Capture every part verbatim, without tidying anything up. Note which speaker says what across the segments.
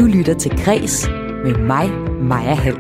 Speaker 1: lytter til Græs med mig, Maja Hall.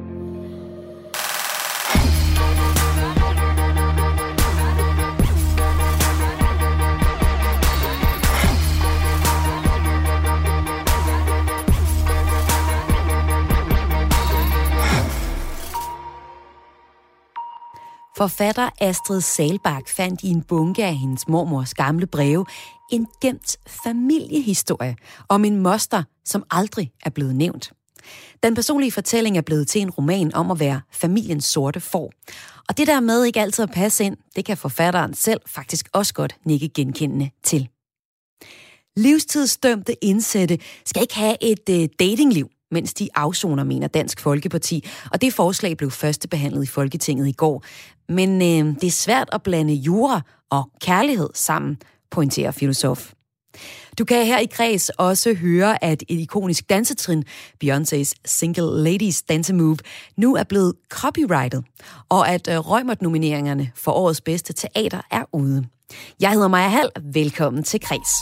Speaker 1: Forfatter Astrid Saalbach fandt i en bunke af hendes mormors gamle breve en gemt familiehistorie om en moster, som aldrig er blevet nævnt. Den personlige fortælling er blevet til en roman om at være familiens sorte får. Og det der med ikke altid at passe ind, det kan forfatteren selv faktisk også godt nikke genkendende til. Livstidsdømte indsatte skal ikke have et øh, datingliv, mens de afsoner, mener Dansk Folkeparti. Og det forslag blev førstebehandlet i Folketinget i går. Men øh, det er svært at blande jura og kærlighed sammen, pointerer filosof. Du kan her i Græs også høre, at et ikonisk dansetrin, Beyoncés Single Ladies dansemove, nu er blevet copyrightet, og at øh, Reumert-nomineringerne for årets bedste teater er ude. Jeg hedder Maja Hall. Velkommen til Græs.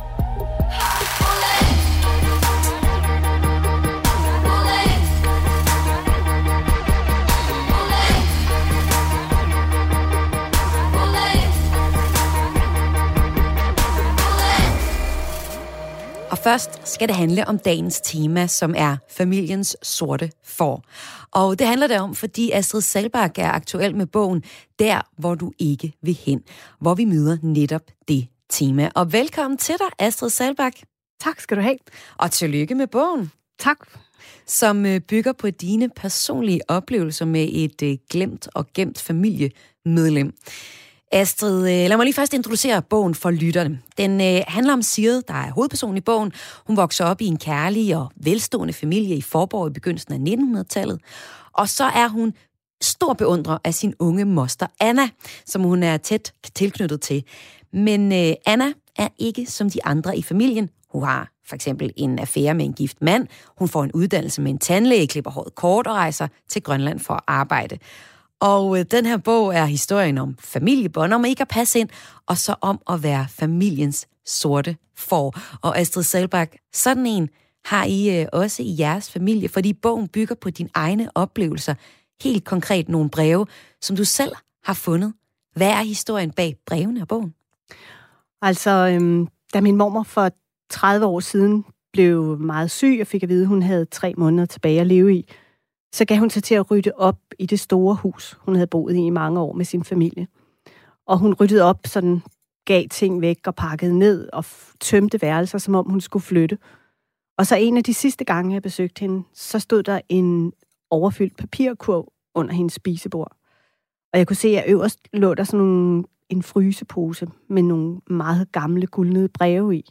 Speaker 1: Og først skal det handle om dagens tema, som er familiens sorte får. Og det handler det om, fordi Astrid Saalbach er aktuel med bogen Der, hvor du ikke vil hen, hvor vi møder netop det tema. Og velkommen til dig, Astrid Saalbach.
Speaker 2: Tak skal du have.
Speaker 1: Og tillykke med bogen.
Speaker 2: Tak.
Speaker 1: Som bygger på dine personlige oplevelser med et glemt og gemt familiemedlem. Astrid, lad mig lige først introducere bogen for lytterne. Den øh, handler om Sigrid, der er hovedpersonen i bogen. Hun vokser op i en kærlig og velstående familie i Faaborg i begyndelsen af nitten hundrede-tallet. Og så er hun stor beundrer af sin unge moster Anna, som hun er tæt tilknyttet til. Men øh, Anna er ikke som de andre i familien. Hun har for eksempel en affære med en gift mand. Hun får en uddannelse med en tandlæge, klipper håret kort og rejser til Grønland for at arbejde. Og øh, den her bog er historien om familiebånd, om ikke at passe ind, og så om at være familiens sorte får. Og Astrid Saalbach, sådan en har I øh, også i jeres familie, fordi bogen bygger på dine egne oplevelser. Helt konkret nogle breve, som du selv har fundet. Hvad er historien bag brevene og bogen?
Speaker 2: Altså, øhm, da min mormor for tredive år siden blev meget syg, og fik at vide, at hun havde tre måneder tilbage at leve i, så gav hun sig til at rydde op i det store hus, hun havde boet i i mange år med sin familie. Og hun ryddede op, sådan gav ting væk og pakkede ned og tømte værelser, som om hun skulle flytte. Og så en af de sidste gange, jeg besøgte hende, så stod der en overfyldt papirkurv under hendes spisebord. Og jeg kunne se, at øverst lå der sådan nogle, en frysepose med nogle meget gamle guldnede breve i.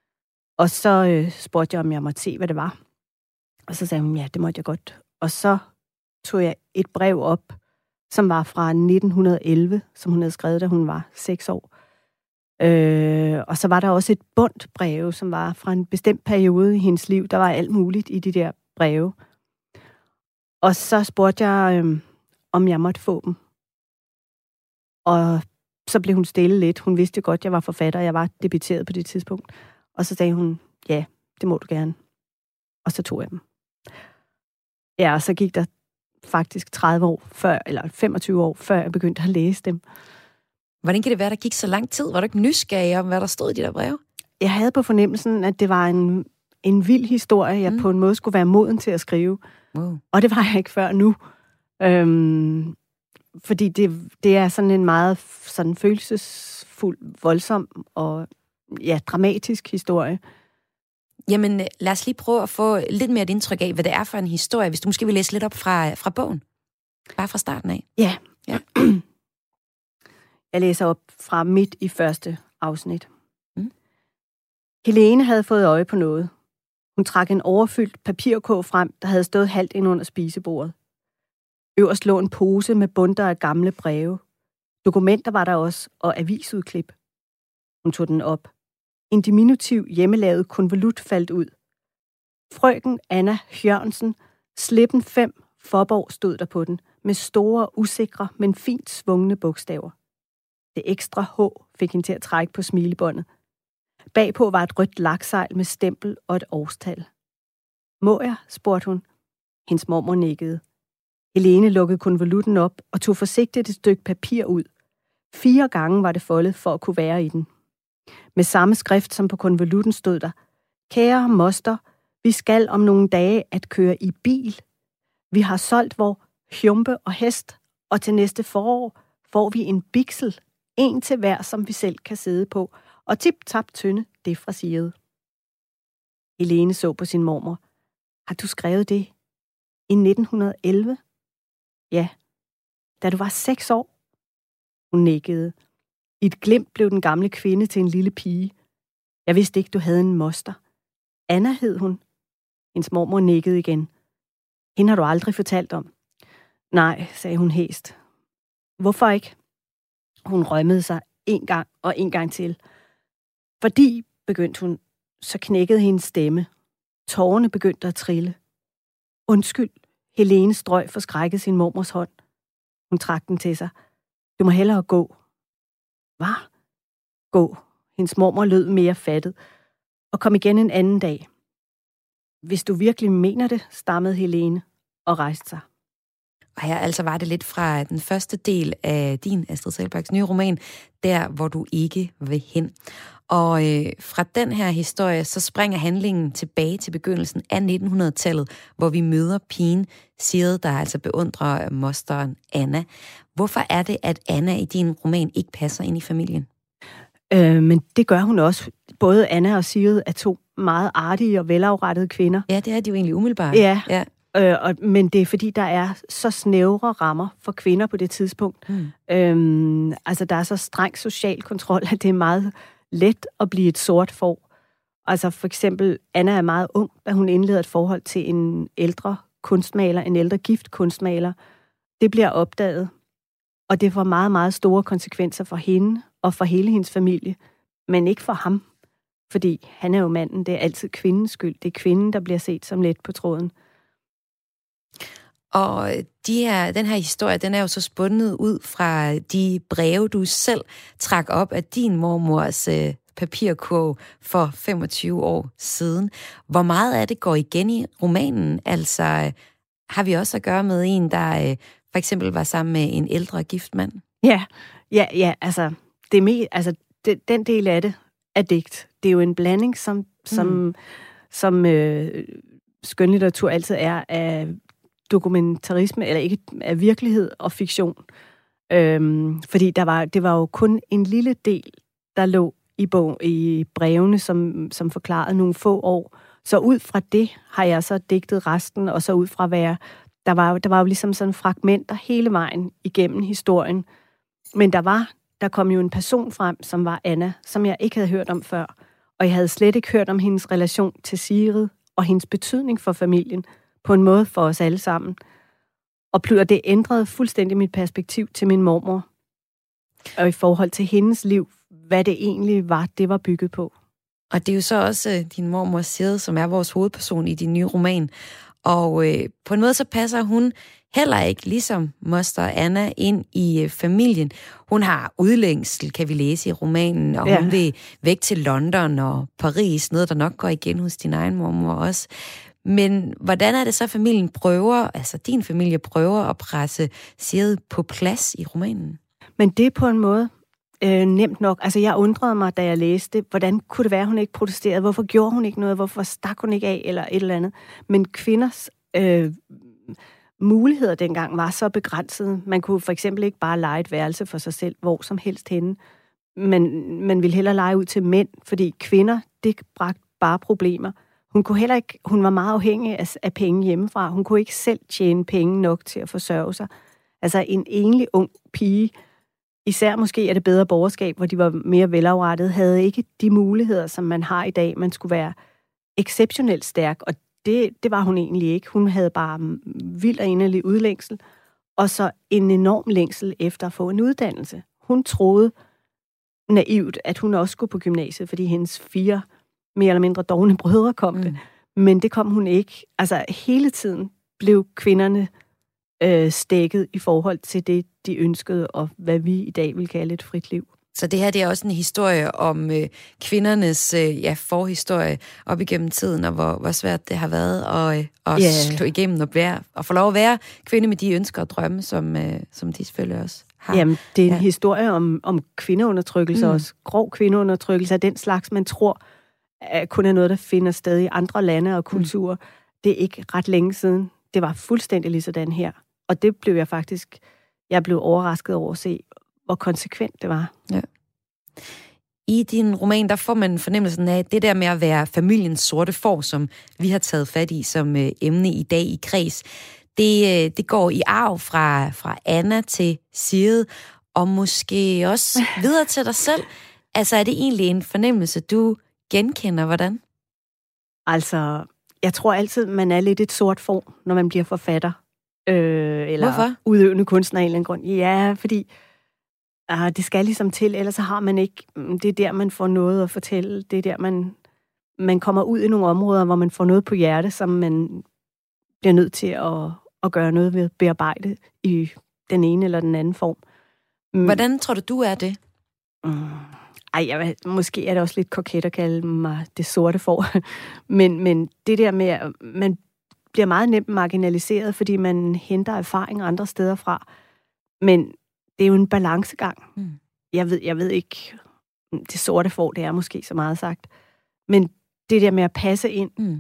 Speaker 2: Og så øh, spurgte jeg, om jeg måtte se, hvad det var. Og så sagde hun, ja, det måtte jeg godt. Og så tog jeg et brev op, som var fra nitten elleve, som hun havde skrevet, da hun var seks år. Øh, og så var der også et bundt brev, som var fra en bestemt periode i hendes liv. Der var alt muligt i de der breve. Og så spurgte jeg, øh, om jeg måtte få dem. Og så blev hun stille lidt. Hun vidste godt, at jeg var forfatter, og jeg var debuteret på det tidspunkt. Og så sagde hun, ja, det må du gerne. Og så tog jeg dem. Ja, og så gik der faktisk tredive år før, eller femogtyve år før jeg begyndte at læse dem.
Speaker 1: Hvordan kan det være, der gik så lang tid? Var du ikke nysgerrig om, hvad der stod i de der breve?
Speaker 2: Jeg havde på fornemmelsen, at det var en, en vild historie, jeg mm. på en måde skulle være moden til at skrive. Wow. Og det var jeg ikke før nu. Øhm, fordi det, det er sådan en meget sådan følelsesfuld, voldsom og ja, dramatisk historie.
Speaker 1: Jamen, lad os lige prøve at få lidt mere et indtryk af, hvad det er for en historie, hvis du måske vil læse lidt op fra, fra bogen. Bare fra starten af.
Speaker 2: Ja.
Speaker 1: ja.
Speaker 2: Jeg læser op fra midt i første afsnit. Mm. Helene havde fået øje på noget. Hun trak en overfyldt papirkurv frem, der havde stået halvt ind under spisebordet. Øverst lå en pose med bundter af gamle breve. Dokumenter var der også, og avisudklip. Hun tog den op. En diminutiv hjemmelavet konvolut faldt ud. Frøken Anna Jørgensen, slippen fem, Faaborg stod der på den, med store, usikre, men fint svungne bogstaver. Det ekstra H fik hende til at trække på smilebåndet. Bagpå var et rødt laksejl med stempel og et årstal. Må jeg? Spurgte hun. Hendes mormor nikkede. Helene lukkede konvolutten op og tog forsigtigt et stykke papir ud. Fire gange var det foldet for at kunne være i den. Med samme skrift som på konvolutten stod der: Kære moster, vi skal om nogle dage at køre i bil. Vi har solgt vor hjumpe og hest, og til næste forår får vi en biksel, en til hver, som vi selv kan sidde på, og tip-tap tynde, det fra siget. Helene så på sin mormor. Har du skrevet det i nitten elleve? Ja, da du var seks år. Hun nikkede. I et glimt blev den gamle kvinde til en lille pige. Jeg vidste ikke, du havde en moster. Anna hed hun. Hendes mormor nikkede igen. Hende har du aldrig fortalt om. Nej, sagde hun hæst. Hvorfor ikke? Hun rømmede sig en gang og en gang til. Fordi, begyndte hun, så knækkede hendes stemme. Tårerne begyndte at trille. Undskyld, Helene strøg forskrækket sin mormors hånd. Hun trak den til sig. Du må hellere gå. Hvad? Gå. Hendes mormor lød mere fattet. Og kom igen en anden dag. Hvis du virkelig mener det, stammede Helene og rejste sig.
Speaker 1: Og her altså var det lidt fra den første del af din, Astrid Saalbachs nye roman, Der, hvor du ikke vil hen. Og øh, fra den her historie, så springer handlingen tilbage til begyndelsen af nittenhundredetallet, hvor vi møder pigen Sigrid, der altså beundrer mosteren Anna. Hvorfor er det, at Anna i din roman ikke passer ind i familien?
Speaker 2: Øh, men det gør hun også. Både Anna og Sigrid er to meget artige og velafrettede kvinder.
Speaker 1: Ja, det er de jo egentlig umiddelbart.
Speaker 2: Ja, ja. Øh, og, men det er fordi, der er så snævre rammer for kvinder på det tidspunkt. Mm. Øhm, altså, der er så streng social kontrol, at det er meget let at blive et sort får. Altså, for eksempel, Anna er meget ung, da hun indleder et forhold til en ældre kunstmaler, en ældre gift kunstmaler. Det bliver opdaget, og det får meget, meget store konsekvenser for hende og for hele hendes familie, men ikke for ham, fordi han er jo manden. Det er altid kvindens skyld. Det er kvinden, der bliver set som let på tråden.
Speaker 1: Og de her, den her historie, den er jo så spundet ud fra de breve, du selv trak op af din mormors øh, papirkurv for femogtyve år siden. Hvor meget af det går igen i romanen? Altså, øh, har vi også at gøre med en, der øh, for eksempel var sammen med en ældre gift mand?
Speaker 2: Ja, ja, ja, altså, det er med, altså det, den del af det er digt. Det er jo en blanding, som, som, mm. som øh, skønlitteratur altid er af dokumentarisme, eller ikke af virkelighed og fiktion. Øhm, fordi der var, det var jo kun en lille del, der lå i, bog, i brevene, som, som forklarede nogle få år. Så ud fra det har jeg så digtet resten, og så ud fra hvad jeg, der var, der var jo ligesom sådan fragmenter hele vejen igennem historien. Men der var, der kom jo en person frem, som var Anna, som jeg ikke havde hørt om før. Og jeg havde slet ikke hørt om hendes relation til Sigrid, og hendes betydning for familien, på en måde for os alle sammen. Og det ændrede fuldstændig mit perspektiv til min mormor. Og i forhold til hendes liv, hvad det egentlig var, det var bygget på.
Speaker 1: Og det er jo så også øh, din mormor Sigrid, som er vores hovedperson i din nye roman. Og øh, på en måde så passer hun heller ikke, ligesom moster Anna, ind i øh, familien. Hun har udlængsel, kan vi læse i romanen, og ja. Hun vil væk til London og Paris, noget der nok går igen hos din egen mormor også. Men hvordan er det så, familien prøver, altså din familie prøver at presse Sigrid på plads i romanen?
Speaker 2: Men det er på en måde øh, nemt nok. Altså jeg undrede mig, da jeg læste det, hvordan kunne det være, at hun ikke protesterede? Hvorfor gjorde hun ikke noget? Hvorfor stak hun ikke af? Eller et eller andet. Men kvinders øh, muligheder dengang var så begrænsede. Man kunne for eksempel ikke bare lege et værelse for sig selv, hvor som helst henne. Men man ville hellere lege ud til mænd, fordi kvinder, det bragte bare problemer. Hun kunne heller ikke, hun var meget afhængig af, af penge hjemmefra. Hun kunne ikke selv tjene penge nok til at forsørge sig. Altså en enlig ung pige, især måske er det bedre borgerskab, hvor de var mere velafrettede, havde ikke de muligheder, som man har i dag. Man skulle være exceptionelt stærk, og det, det var hun egentlig ikke. Hun havde bare vild og inderlig udlængsel, og så en enorm længsel efter at få en uddannelse. Hun troede naivt, at hun også skulle på gymnasiet, fordi hendes fire mere eller mindre dovne brødre kom det. Mm. Men det kom hun ikke. Altså hele tiden blev kvinderne øh, stækket i forhold til det, de ønskede, og hvad vi i dag vil kalde et frit liv.
Speaker 1: Så det her, det er også en historie om øh, kvindernes øh, ja, forhistorie op igennem tiden, og hvor, hvor svært det har været at, øh, at yeah. slå igennem og, være, og få lov at være kvinde med de ønsker og drømme, som, øh, som de selvfølgelig også har.
Speaker 2: Jamen, det er en
Speaker 1: ja.
Speaker 2: historie om, om kvindeundertrykkelse, mm. også grov kvindeundertrykkelse af den slags, man tror at kun er noget, der finder sted i andre lande og kulturer. Mm. Det er ikke ret længe siden. Det var fuldstændig lige sådan her. Og det blev jeg faktisk, jeg blev overrasket over at se, hvor konsekvent det var.
Speaker 1: Ja. I din roman, der får man fornemmelsen af, det der med at være familiens sorte får, som vi har taget fat i som øh, emne i dag i Kreds, det, øh, det går i arv fra, fra Anna til Sigrid, og måske også videre til dig selv. Altså, er det egentlig en fornemmelse, du genkender? Hvordan?
Speaker 2: Altså, jeg tror altid, man er lidt et sort får, når man bliver forfatter. Øh, eller
Speaker 1: Hvorfor?
Speaker 2: Udøvende kunstner af en eller anden grund. Ja, fordi uh, det skal ligesom til, ellers så har man ikke... Det er der, man får noget at fortælle. Det er der, man, man kommer ud i nogle områder, hvor man får noget på hjerte, som man bliver nødt til at, at gøre noget ved at bearbejde i den ene eller den anden form.
Speaker 1: Hvordan tror du, du er det?
Speaker 2: Mm. Ej, jeg, måske er det også lidt koket at kalde mig det sorte får. men, men det der med, at man bliver meget nemt marginaliseret, fordi man henter erfaring andre steder fra. Men det er jo en balancegang. Mm. Jeg ved, jeg ved ikke, det sorte får, det er måske så meget sagt. Men det der med at passe ind, mm.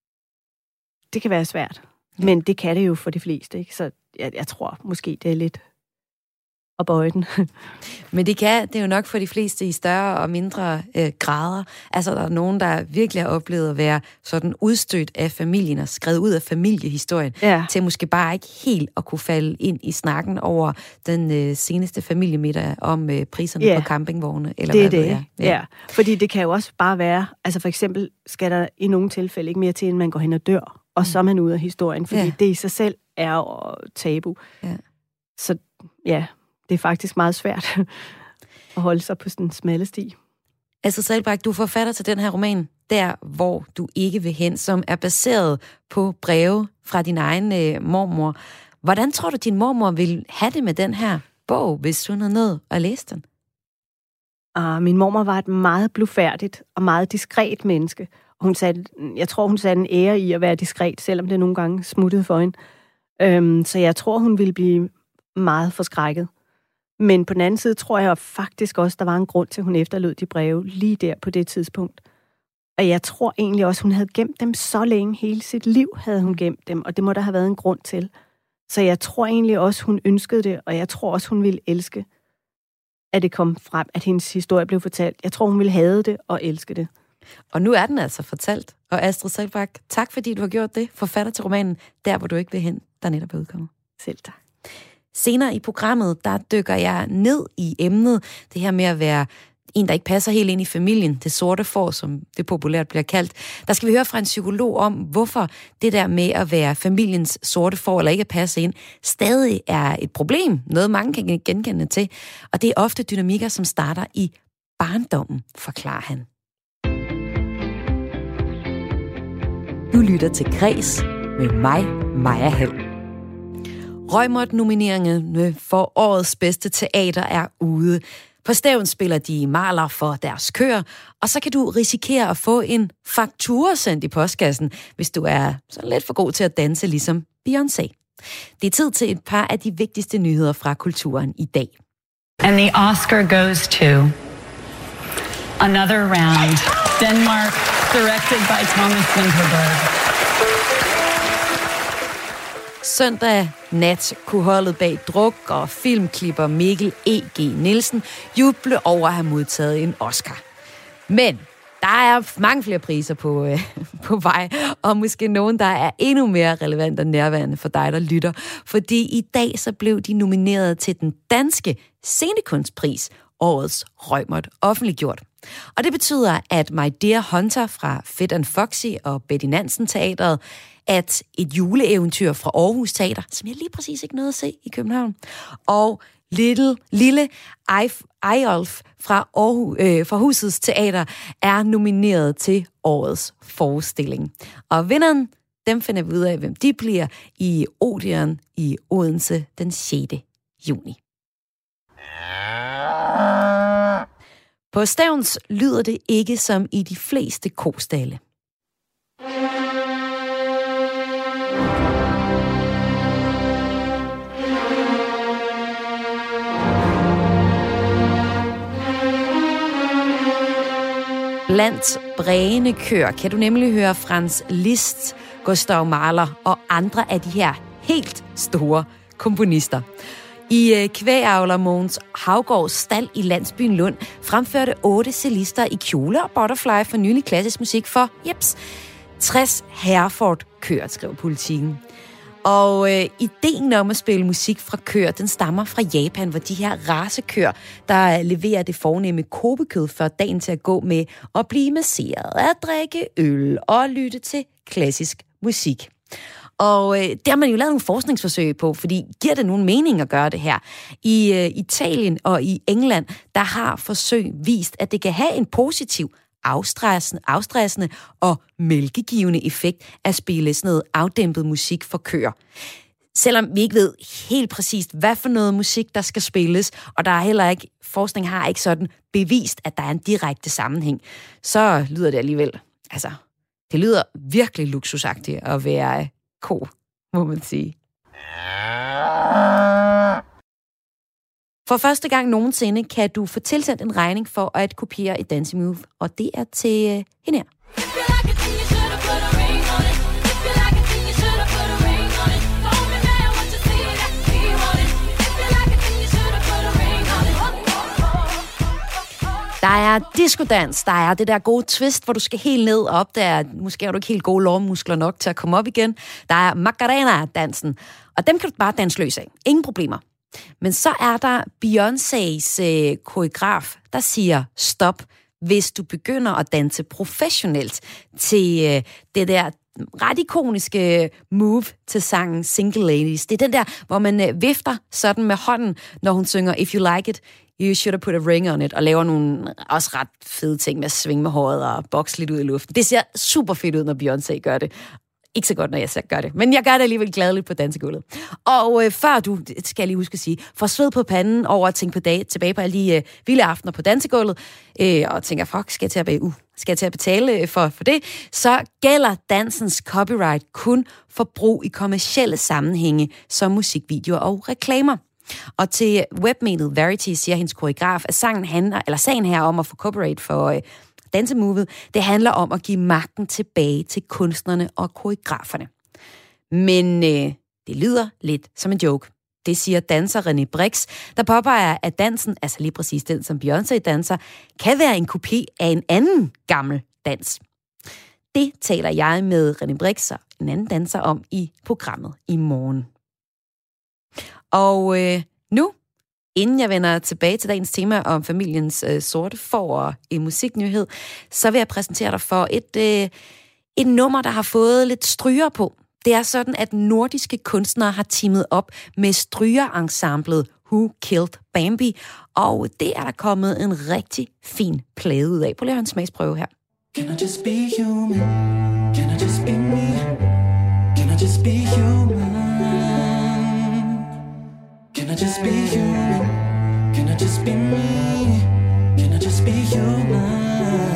Speaker 2: det kan være svært. Ja. Men det kan det jo for de fleste, ikke? Så jeg, jeg tror måske, det er lidt og bøje den.
Speaker 1: Men det kan det er jo nok for de fleste i større og mindre øh, grader. Altså, der er nogen, der virkelig har oplevet at være sådan udstødt af familien og skrevet ud af familiehistorien, ja. Til måske bare ikke helt at kunne falde ind i snakken over den øh, seneste familiemiddag om øh, priserne ja. På campingvogne. Eller
Speaker 2: det er
Speaker 1: hvad
Speaker 2: det, er. Ja. ja. Fordi det kan jo også bare være, altså for eksempel skal der i nogle tilfælde ikke mere til, end man går hen og dør, og mm. så er man ude af historien, fordi ja. Det i sig selv er jo tabu. Ja. Så ja, det er faktisk meget svært at holde sig på sådan en smalle sti.
Speaker 1: Astrid Sahlbach, du er forfatter til den her roman, Der, hvor du ikke vil hen, som er baseret på breve fra din egen øh, mormor. Hvordan tror du, din mormor ville have det med den her bog, hvis hun havde nået at læse den?
Speaker 2: Uh, min mormor var et meget blufærdigt og meget diskret menneske. Hun satte, jeg tror, hun satte en ære i at være diskret, selvom det nogle gange smuttede for hende. Um, så jeg tror, hun ville blive meget forskrækket. Men på den anden side tror jeg faktisk også, der var en grund til, at hun efterlod de breve lige der på det tidspunkt. Og jeg tror egentlig også, hun havde gemt dem så længe. Hele sit liv havde hun gemt dem, og det må der have været en grund til. Så jeg tror egentlig også, hun ønskede det, og jeg tror også, hun ville elske, at det kom frem, at hendes historie blev fortalt. Jeg tror, hun ville have det og elske det.
Speaker 1: Og nu er den altså fortalt. Og Astrid Sahlbach, tak fordi du har gjort det. Forfatter til romanen Der, hvor du ikke vil hen, der netop er udkommet.
Speaker 2: Selv tak.
Speaker 1: Senere i programmet, der dykker jeg ned i emnet, det her med at være en, der ikke passer helt ind i familien, det sorte får, som det populært bliver kaldt. Der skal vi høre fra en psykolog om, hvorfor det der med at være familiens sorte får, eller ikke at passe ind, stadig er et problem, noget mange kan genkende til, og det er ofte dynamikker, som starter i barndommen, forklarer han. Du lytter til Kreds med mig, Maja Hall. Reumert-nomineringerne for årets bedste teater er ude. På Stævn spiller de Mahler for deres køer, og så kan du risikere at få en faktura sendt i postkassen, hvis du er så lidt for god til at danse ligesom Beyoncé. Det er tid til et par af de vigtigste nyheder fra kulturen i dag.
Speaker 3: And the Oscar goes to Another Round, Denmark, directed by Thomas Vinterberg.
Speaker 1: Søndag nat kunne holdet bag druk og filmklipper Mikkel E G Nielsen juble over at have modtaget en Oscar. Men der er mange flere priser på, øh, på vej, og måske nogen, der er endnu mere relevant og nærværende for dig, der lytter. Fordi i dag så blev de nomineret til den danske scenekunstpris, årets Reumert, offentliggjort. Og det betyder, at My Dear Hunter fra Fedt and Foxy og Betty Nansen Teatret, at et juleeventyr fra Aarhus Teater, som jeg lige præcis ikke nåede at se i København, og Little, Lille Eyolf fra, Aarhus, øh, fra Husets Teater er nomineret til årets forestilling. Og vinderen, dem finder vi ud af, hvem de bliver i Odeon i Odense den sjette juni. På Stevns lyder det ikke som i de fleste kostalle. Blandt brægende køer kan du nemlig høre Franz Liszt, Gustav Mahler og andre af de her helt store komponister. I kvægavler Mogens Haugaards stald i landsbyen Lund fremførte otte cellister i kjole og butterfly for nylig klassisk musik for, jeps, tres Hereford-køer, skrev Politiken. Og øh, ideen om at spille musik fra køer, den stammer fra Japan, hvor de her racekøer, der leverer det fornemme kobekød før dagen til at gå med at blive masseret, at drikke øl og lytte til klassisk musik. Og øh, det har man jo lavet nogle forskningsforsøg på, fordi giver det nogen mening at gøre det her? I øh, Italien og i England, der har forsøg vist, at det kan have en positiv afstressende, afstressende og mælkegivende effekt at spille sådan noget afdæmpet musik for køer. Selvom vi ikke ved helt præcist, hvad for noget musik, der skal spilles, og der er heller ikke, forskning har ikke sådan bevist, at der er en direkte sammenhæng, så lyder det alligevel, altså, det lyder virkelig luksusagtigt at være ko, må man sige. For første gang nogensinde kan du få tilsendt en regning for at kopiere et dansemove, og det er til øh, hende her. Der er diskodans, der er det der gode twist, hvor du skal helt ned og op der. Måske har du ikke helt gode lårmuskler nok til at komme op igen. Der er Macarena-dansen, og dem kan du bare danse løs af. Ingen problemer. Men så er der Beyoncés øh, koreograf, der siger stop, hvis du begynder at danse professionelt til øh, det der ret ikoniske move til sangen Single Ladies. Det er den der, hvor man øh, vifter sådan med hånden, når hun synger If You Like It, You Should Have Put a Ring on It, og laver nogle også ret fede ting med at svinge med håret og bokse lidt ud i luften. Det ser super fedt ud, når Beyoncé gør det. Ikke så godt, når jeg selv gør det, men jeg gør det alligevel gladeligt på dansegulvet. Og øh, før du, det skal jeg lige huske at sige, får sved på panden over at tænke på dag, tilbage på alle de øh, vilde aftener på dansegulvet, øh, og tænker, fuck, skal jeg til at, uh, skal jeg til at betale øh, for, for det, så gælder dansens copyright kun for brug i kommercielle sammenhænge, som musikvideoer og reklamer. Og til webmediet Verity siger hendes koreograf, at sangen handler, eller sagen her om at få copyright for øh, dansemovet, det handler om at give magten tilbage til kunstnerne og koreograferne. Men øh, det lyder lidt som en joke. Det siger danser René Brix, der påpeger, at dansen, altså lige præcis den, som Beyoncé danser, kan være en kopi af en anden gammel dans. Det taler jeg med René Brix og en anden danser om i programmet i morgen. Og øh, nu, inden jeg vender tilbage til dagens tema om familiens øh, sorte får og en musiknyhed, så vil jeg præsentere dig for et, øh, et nummer, der har fået lidt stryger på. Det er sådan, at nordiske kunstnere har teamet op med strygerensemblet Who Killed Bambi, og det er der kommet en rigtig fin plade ud af. Prøv lige at høre en smagsprøve her. Can I just be human? Can I just be me? Can I just be human? Can I just be human? Can I just be me? Can I just be human?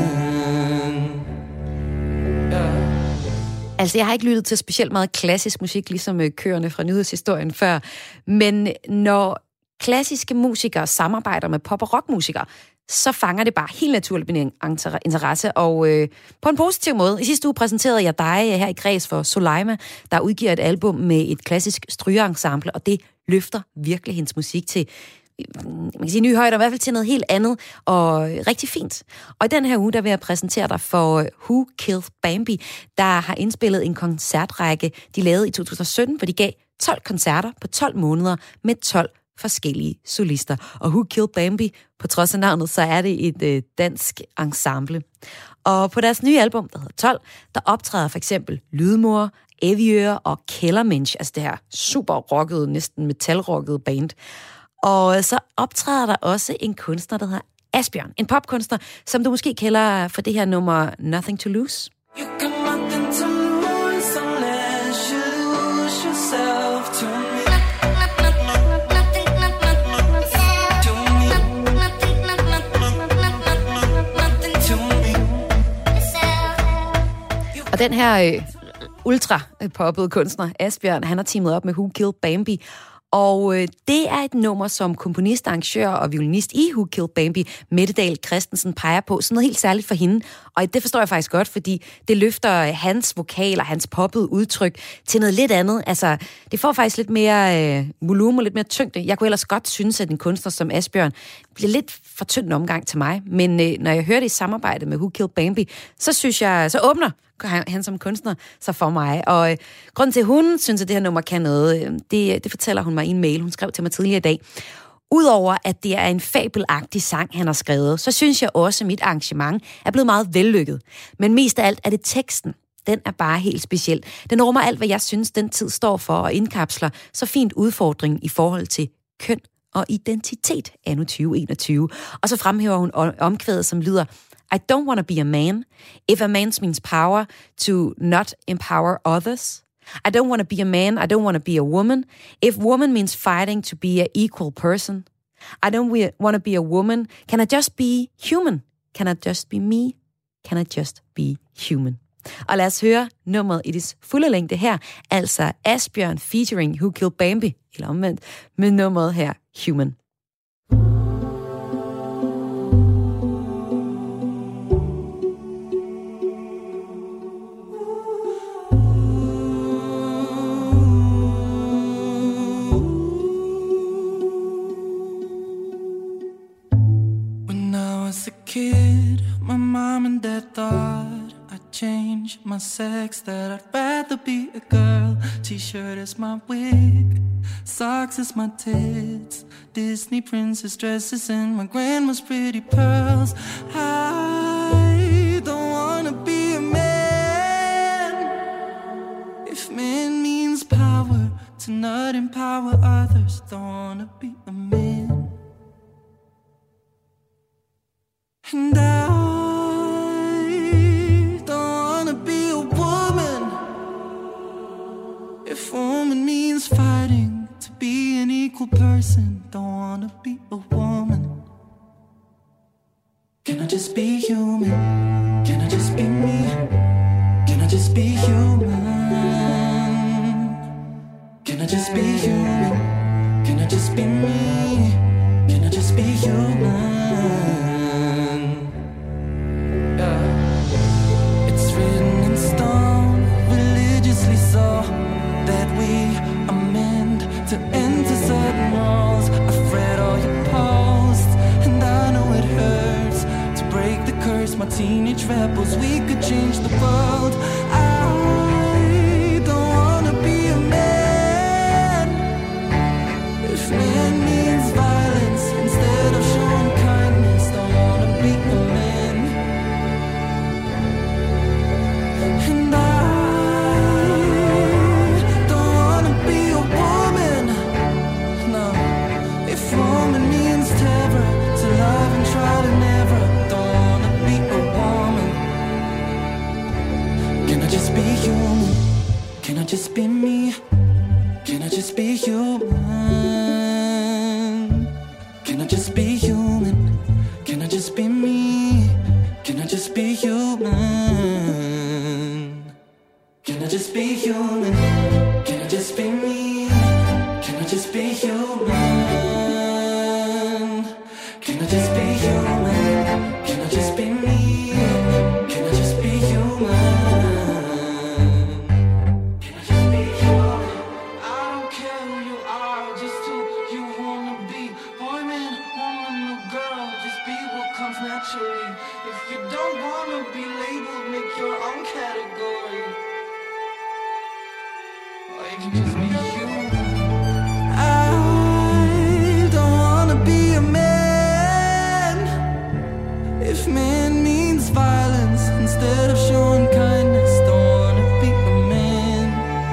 Speaker 1: Yeah. Altså, jeg har ikke lyttet til specielt meget klassisk musik, ligesom køerne fra nyhedshistorien før, men når klassiske musikere samarbejder med pop- og rockmusikere, så fanger det bare helt naturligt min interesse, og øh, på en positiv måde. I sidste uge præsenterede jeg dig her i Græs for Soleima, der udgiver et album med et klassisk strygerensemble, og det løfter virkelig hendes musik til, man kan sige, nye højder, i hvert fald til noget helt andet, og rigtig fint. Og i den her uge, der vil jeg præsentere dig for Who Killed Bambi, der har indspillet en koncertrække, de lavede i to tusind og sytten, hvor de gav tolv koncerter på tolv måneder med tolv forskellige solister. Og Who Killed Bambi, på trods af navnet, så er det et øh, dansk ensemble. Og på deres nye album, der hedder tolv, der optræder for eksempel Lydmor, Eviør og Kellermensch, altså det her super rockede, næsten metalrockede band. Og så optræder der også en kunstner, der hedder Asbjørn. En popkunstner, som du måske kender for det her nummer Nothing to Lose. You got nothing to lose unless you lose yourself to me. Og den her øh, ultra-poppede kunstner, Asbjørn, han har teamet op med Who Killed Bambi. Og øh, det er et nummer, som komponist, arrangør og violinist i Who Killed Bambi, Mette Dahl Christensen, peger på. Sådan noget helt særligt for hende. Og det forstår jeg faktisk godt, fordi det løfter hans vokal og hans poppede udtryk til noget lidt andet. Altså, det får faktisk lidt mere øh, volumen og lidt mere tyngde. Jeg kunne ellers godt synes, at en kunstner som Asbjørn bliver lidt for tynd en omgang til mig. Men øh, når jeg hører det i samarbejde med Who Killed Bambi, så synes jeg, så åbner han som kunstner sig for mig. Og øh, grunden til, at hun synes, at det her nummer kan noget, øh, det, det fortæller hun mig i en mail, hun skrev til mig tidligere i dag. Udover at det er en fabelagtig sang, han har skrevet, så synes jeg også, at mit arrangement er blevet meget vellykket. Men mest af alt er det teksten. Den er bare helt speciel. Den rummer alt, hvad jeg synes, den tid står for, og indkapsler så fint udfordring i forhold til køn og identitet anno tyve enogtyve. Og så fremhæver hun omkvædet, som lyder: I don't want to be a man. If a man means power, to not empower others. I don't want to be a man. I don't want to be a woman. If woman means fighting to be an equal person. I don't want to be a woman. Can I just be human? Can I just be me? Can I just be human? Og lad os høre nummeret i dets fulde længde her, altså Asbjørn featuring Who Killed Bambi, eller omvendt, med nummeret her, Human.
Speaker 4: Kid, my mom and dad thought I'd change my sex, that I'd rather be a girl. T-shirt is my wig, socks is my tits, Disney princess dresses and my grandma's pretty pearls. I don't wanna be a man. If man means power, to not empower others, don't wanna be a man. And I don't wanna be a woman. If woman means fighting to be an equal person, don't wanna be a woman. Can I just be human? Can I just be me? Can I just be human? Can I just be human? Can I just be me? Can I just be human? To enter certain roles, I've read all your posts, and I know it hurts to break the curse. My teenage rebels, we could change the world. I don't wanna be a man. If man means violence instead of showing kindness, don't wanna be a man. And I woman means terror, to love and try to never, don't wanna be a woman. Can I just be human? Can I just be me? Can I just be human? Can I just be human? Can I just be me? Can I just be human? Can I just be human? Can I just be me? Can I just be human? Can I just be human? Can I just be me? Can I just be human? Can I just be human? I don't care who you are, just who you wanna be. Boy, man, woman, or girl, just be what comes naturally. If you don't wanna be labeled, make your own category. Or you can just be human. If man means violence instead of showing kindness, don't wanna be a man.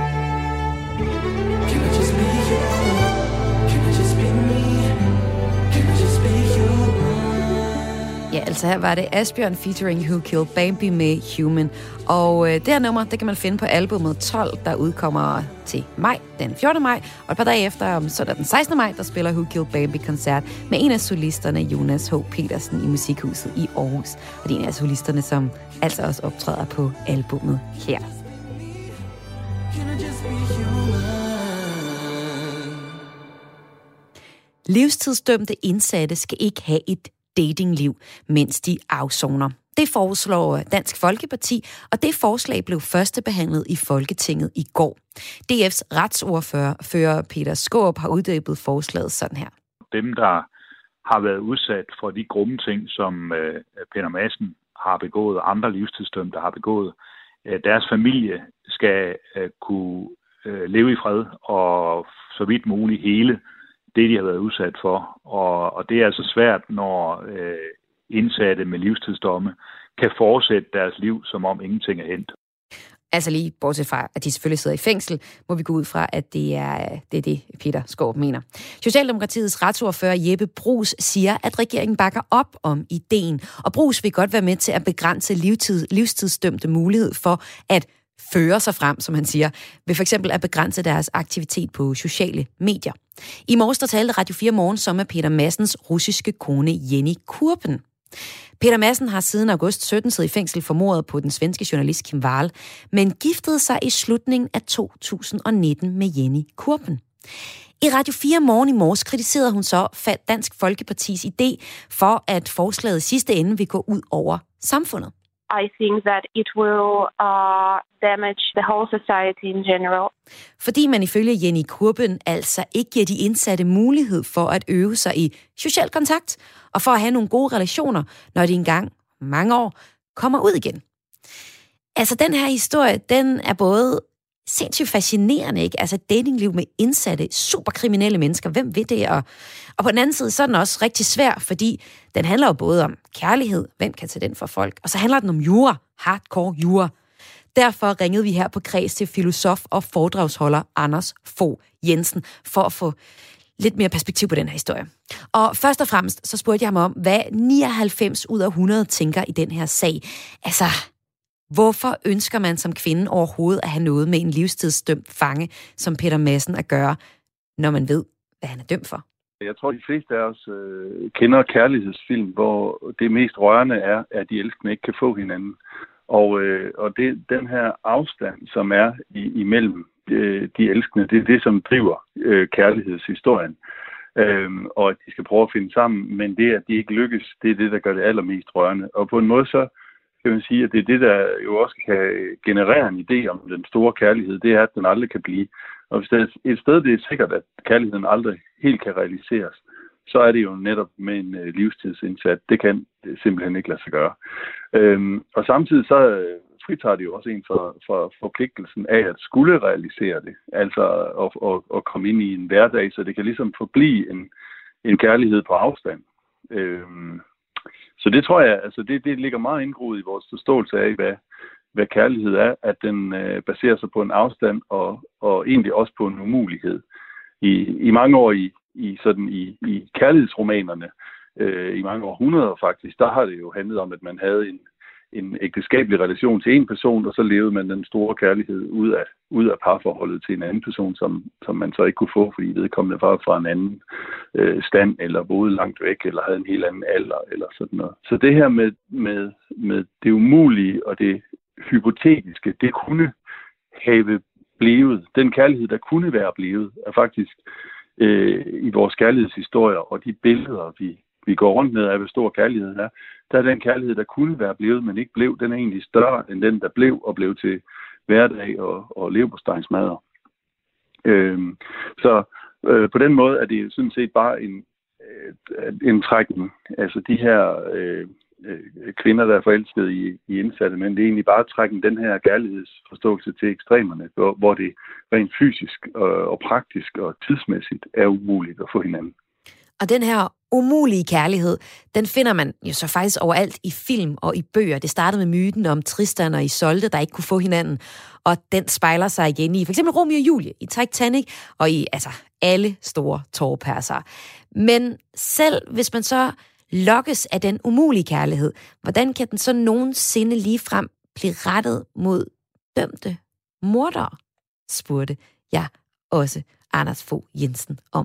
Speaker 4: Can I just be human? Can I just be me? Can I just be human?
Speaker 1: Ja, Altså her var det Asbjørn featuring Who Killed Bambi med Human. Og øh, det her nummer, det kan man finde på albumet tolv, der udkommer til maj, den fjortende maj. Og et par dage efter, så er den sekstende maj, der spiller Who Killed Bambi koncert med en af solisterne, Jonas H. Petersen, i Musikhuset i Aarhus. Og det er en af solisterne, som altså også optræder på albumet her. Livstidsdømte indsatte skal ikke have et datingliv, mens de afsoner. Det foreslår Dansk Folkeparti, og det forslag blev førstebehandlet i Folketinget i går. D F's retsordfører fører Peter Skaarup har uddybet forslaget sådan her.
Speaker 5: Dem, der har været udsat for de grumme ting, som øh, Peter Madsen har begået, og andre livstidsdømte har begået, øh, deres familie skal øh, kunne øh, leve i fred og så vidt muligt hele det, de har været udsat for. Og, og det er altså svært, når øh, indsatte med livstidsdomme kan fortsætte deres liv, som om ingenting er hent.
Speaker 1: Altså lige bortset fra, at de selvfølgelig sidder i fængsel, må vi gå ud fra, at det er det, er det Peter Skaarup mener. Socialdemokratiets retsordfører Jeppe Bruus siger, at regeringen bakker op om ideen, og Bruus vil godt være med til at begrænse livstid, livstidsdømte mulighed for at føre sig frem, som han siger, ved for eksempel at begrænse deres aktivitet på sociale medier. I morges der talte Radio fire Morgen som med Peter Madsens russiske kone Jenny Kurpen. Peter Madsen har siden august sytten siddet i fængsel for mordet på den svenske journalist Kim Wall, men giftede sig i slutningen af to tusind og nitten med Jenny Kurpen. I Radio fire Morgen i morges kritiserede hun så Dansk Folkepartis idé for, at forslaget i sidste ende vil gå ud over samfundet.
Speaker 6: I think that it will uh, damage the whole society in general.
Speaker 1: Fordi man ifølge Jenny Kurpen altså ikke giver de indsatte mulighed for at øve sig i social kontakt og for at have nogle gode relationer, når de engang mange år kommer ud igen. Altså den her historie, den er både sindssygt fascinerende, ikke? Altså datingliv med indsatte, superkriminelle mennesker, hvem ved det? Og, og på den anden side, så er den også rigtig svær, fordi den handler jo både om kærlighed, hvem kan tage den for folk, og så handler den om jura, hardcore jura. Derfor ringede vi her på Kreds til filosof og foredragsholder Anders Fogh Jensen, for at få lidt mere perspektiv på den her historie. Og først og fremmest, så spurgte jeg ham om, hvad nioghalvfems ud af hundrede tænker i den her sag. Altså, hvorfor ønsker man som kvinde overhovedet at have noget med en livstidsdømt fange, som Peter Madsen, at gøre, når man ved, hvad han er dømt for?
Speaker 7: Jeg tror, de fleste af os øh, kender kærlighedsfilm, hvor det mest rørende er, at de elskende ikke kan få hinanden. Og, øh, og det, den her afstand, som er i, imellem øh, de elskende, det er det, som driver øh, kærlighedshistorien. Øhm, og at de skal prøve at finde sammen, men det, at de ikke lykkes, det er det, der gør det allermest rørende. Og på en måde så kan man sige, at det er det, der jo også kan generere en idé om den store kærlighed, det er, at den aldrig kan blive. Og hvis der er et sted, det er sikkert, at kærligheden aldrig helt kan realiseres, så er det jo netop med en øh, livstidsindsat. Det kan simpelthen ikke lade sig gøre. Øhm, og samtidig så øh, fritager det jo også en for, for forpligtelsen af at skulle realisere det. Altså at, at, at komme ind i en hverdag, så det kan ligesom forblive en, en kærlighed på afstand. Øhm, så det tror jeg, altså det, det ligger meget indgroet i vores forståelse af, hvad, hvad kærlighed er, at den øh, baserer sig på en afstand og, og egentlig også på en umulighed. I, i mange år i i sådan i, i kærlighedsromanerne, øh, i mange århundreder faktisk, der har det jo handlet om, at man havde en, en ægteskabelig relation til en person, og så levede man den store kærlighed ud af, ud af parforholdet til en anden person, som, som man så ikke kunne få, fordi vedkommende var fra en anden øh, stand, eller boede langt væk, eller havde en helt anden alder, eller sådan noget. Så det her med, med, med det umulige og det hypotetiske, det kunne have blevet, den kærlighed, der kunne være blevet, er faktisk i vores kærlighedshistorier og de billeder, vi, vi går rundt med af, hvor stor kærligheden er, der er den kærlighed, der kunne være blevet, men ikke blev, den er egentlig større end den, der blev og blev til hverdag og, og leverpostejsmadder. Øhm, så øh, på den måde er det sådan set bare en, øh, en trækning. Altså de her øh, øh, kvinder, der er forelskede i, i indsatte, men det er egentlig bare trækken den her kærlighedsforståelse til ekstremerne, hvor, hvor det rent fysisk og, og praktisk og tidsmæssigt er umuligt at få hinanden.
Speaker 1: Og den her umulige kærlighed, den finder man jo så faktisk overalt i film og i bøger. Det startede med myten om Tristan og Isolde, der ikke kunne få hinanden, og den spejler sig igen i for eksempel Romeo og Julie, i Titanic og i altså alle store tårperser. Men selv hvis man så lokkes af den umulige kærlighed, hvordan kan den så nogensinde ligefrem blive rettet mod dømte mordere? Spurgte jeg også Anders Fogh Jensen om.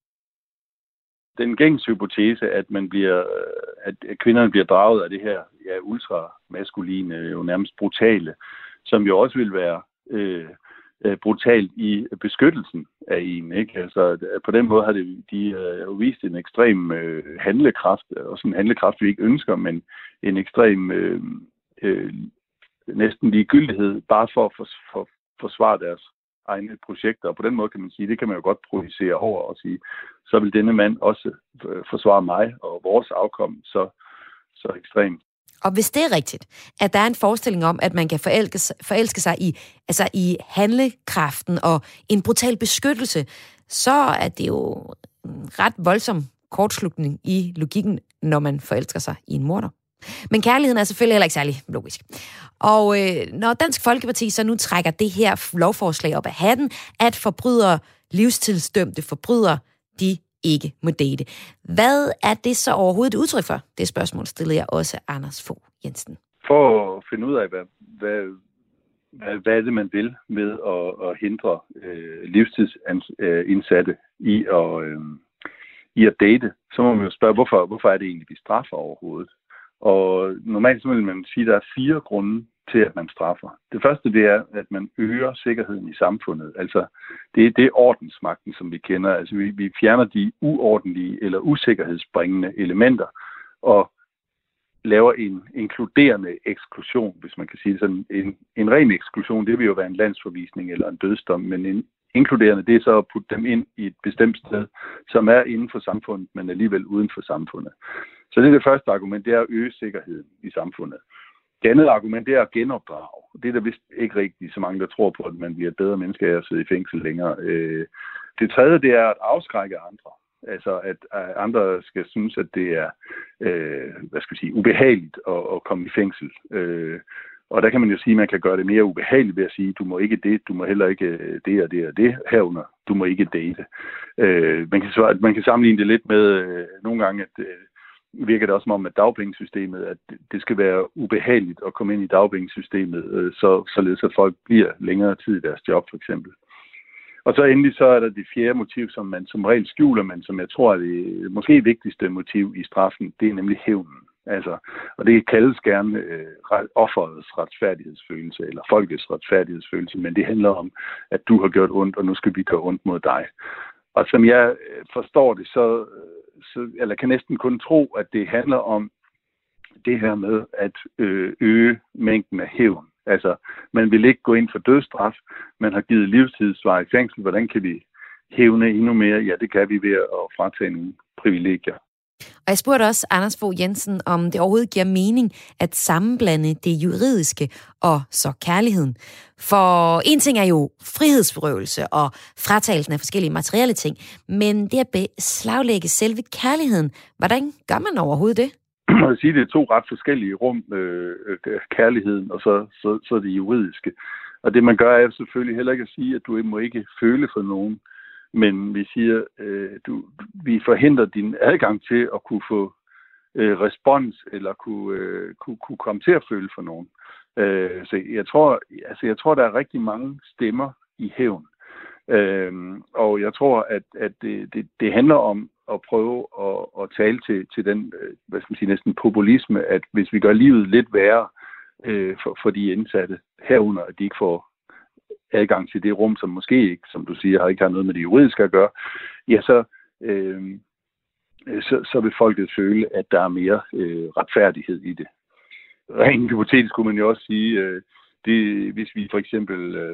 Speaker 7: Den gængse hypotese, at man bliver, at kvinderne bliver draget af det her ja, ultramaskuline, jo nærmest brutale, som jo også vil være øh, brutalt i beskyttelsen af en. Ikke? Altså, på den måde har det, de jo vist en ekstrem øh, handlekraft, også en handlekraft, vi ikke ønsker, men en ekstrem øh, øh, næsten ligegyldighed, bare for at for, for, forsvare deres egne projekter. Og på den måde kan man sige, det kan man jo godt projicere over og sige, så vil denne mand også forsvare mig og vores afkom så, så ekstremt.
Speaker 1: Og hvis det er rigtigt, at der er en forestilling om, at man kan forelske, forelske sig i, altså i handlekraften og en brutal beskyttelse, så er det jo en ret voldsom kortslutning i logikken, når man forelsker sig i en morder. Men kærligheden er selvfølgelig heller ikke særlig logisk. Og øh, når Dansk Folkeparti så nu trækker det her lovforslag op af hatten, at forbrydere, livstidsdømte forbrydere, de ikke må date. Hvad er det så overhovedet et udtryk for? Det spørgsmål stillede jeg også Anders Fogh Jensen.
Speaker 7: For at finde ud af, hvad, hvad, hvad, hvad er det, man vil med at, at hindre øh, livstidsindsatte i at, øh, i at date, så må man jo spørge, hvorfor, hvorfor er det egentlig, vi straffer overhovedet? Og normalt så vil man sige, at der er fire grunde til, at man straffer. Det første, det er, at man øger sikkerheden i samfundet. Altså, det er det ordensmagten, som vi kender. Altså, vi, vi fjerner de uordentlige eller usikkerhedsbringende elementer og laver en inkluderende eksklusion, hvis man kan sige det sådan. En, en ren eksklusion, det vil jo være en landsforvisning eller en dødsdom, men en inkluderende, det er så at putte dem ind i et bestemt sted, som er inden for samfundet, men alligevel uden for samfundet. Så det er det første argument, det er at øge sikkerheden i samfundet. Det andet argument, det er at genopdrage. Det er der vist ikke rigtig så mange, der tror på, at man bliver et bedre menneske af at sidde i fængsel længere. Det tredje, det er at afskrække andre. Altså, at andre skal synes, at det er hvad skal jeg sige, ubehageligt at, at komme i fængsel. Og der kan man jo sige, at man kan gøre det mere ubehageligt ved at sige, du må ikke det, du må heller ikke det og det og det herunder. Du må ikke date. Man kan, man kan sammenligne det lidt med nogle gange, at virker det også som om, at dagpengesystemet, at det skal være ubehageligt at komme ind i dagpengesystemet, så, således at folk bliver længere tid i deres job, for eksempel. Og så endelig så er der det fjerde motiv, som man som regel skjuler, men som jeg tror er det måske vigtigste motiv i straffen, det er nemlig hævnen. Altså, og det kaldes gerne øh, offerets retfærdighedsfølelse, eller folkets retfærdighedsfølelse, men det handler om, at du har gjort ondt, og nu skal vi gøre ondt mod dig. Og som jeg forstår det, så Så, eller kan næsten kun tro, at det handler om det her med at øh, øge mængden af hævn. Altså, man vil ikke gå ind for dødsstraf, man har givet livstidsvar i fængsel. Hvordan kan vi hævne endnu mere? Ja, det kan vi ved at fratage nogle privilegier.
Speaker 1: Og jeg spurgte også Anders Fogh Jensen, om det overhovedet giver mening at sammenblande det juridiske og så kærligheden. For en ting er jo frihedsberøvelse og fratagelsen af forskellige materielle ting, men det at beslaglægge selve kærligheden, hvordan gør man overhovedet det?
Speaker 7: Jeg vil sige, det er to ret forskellige rum, øh, kærligheden og så, så, så det juridiske. Og det man gør er selvfølgelig heller ikke at sige, at du må ikke føle for nogen. Men vi siger, øh, du, vi forhindrer din adgang til at kunne få øh, respons eller kunne, øh, kunne, kunne komme til at føle for nogen. Øh, så jeg tror, altså jeg tror, der er rigtig mange stemmer i hævn. Øh, og jeg tror, at, at det, det, det handler om at prøve at, at tale til, til den, hvad skal man sige, næsten populisme, at hvis vi gør livet lidt værre øh, for, for de indsatte herunder, at de ikke får adgang til det rum, som måske ikke, som du siger, har ikke har noget med det juridiske at gøre, ja, så, øh, så, så vil folket føle, at der er mere øh, retfærdighed i det. Rent hypotetisk kunne man jo også sige, øh, det, hvis vi for eksempel øh,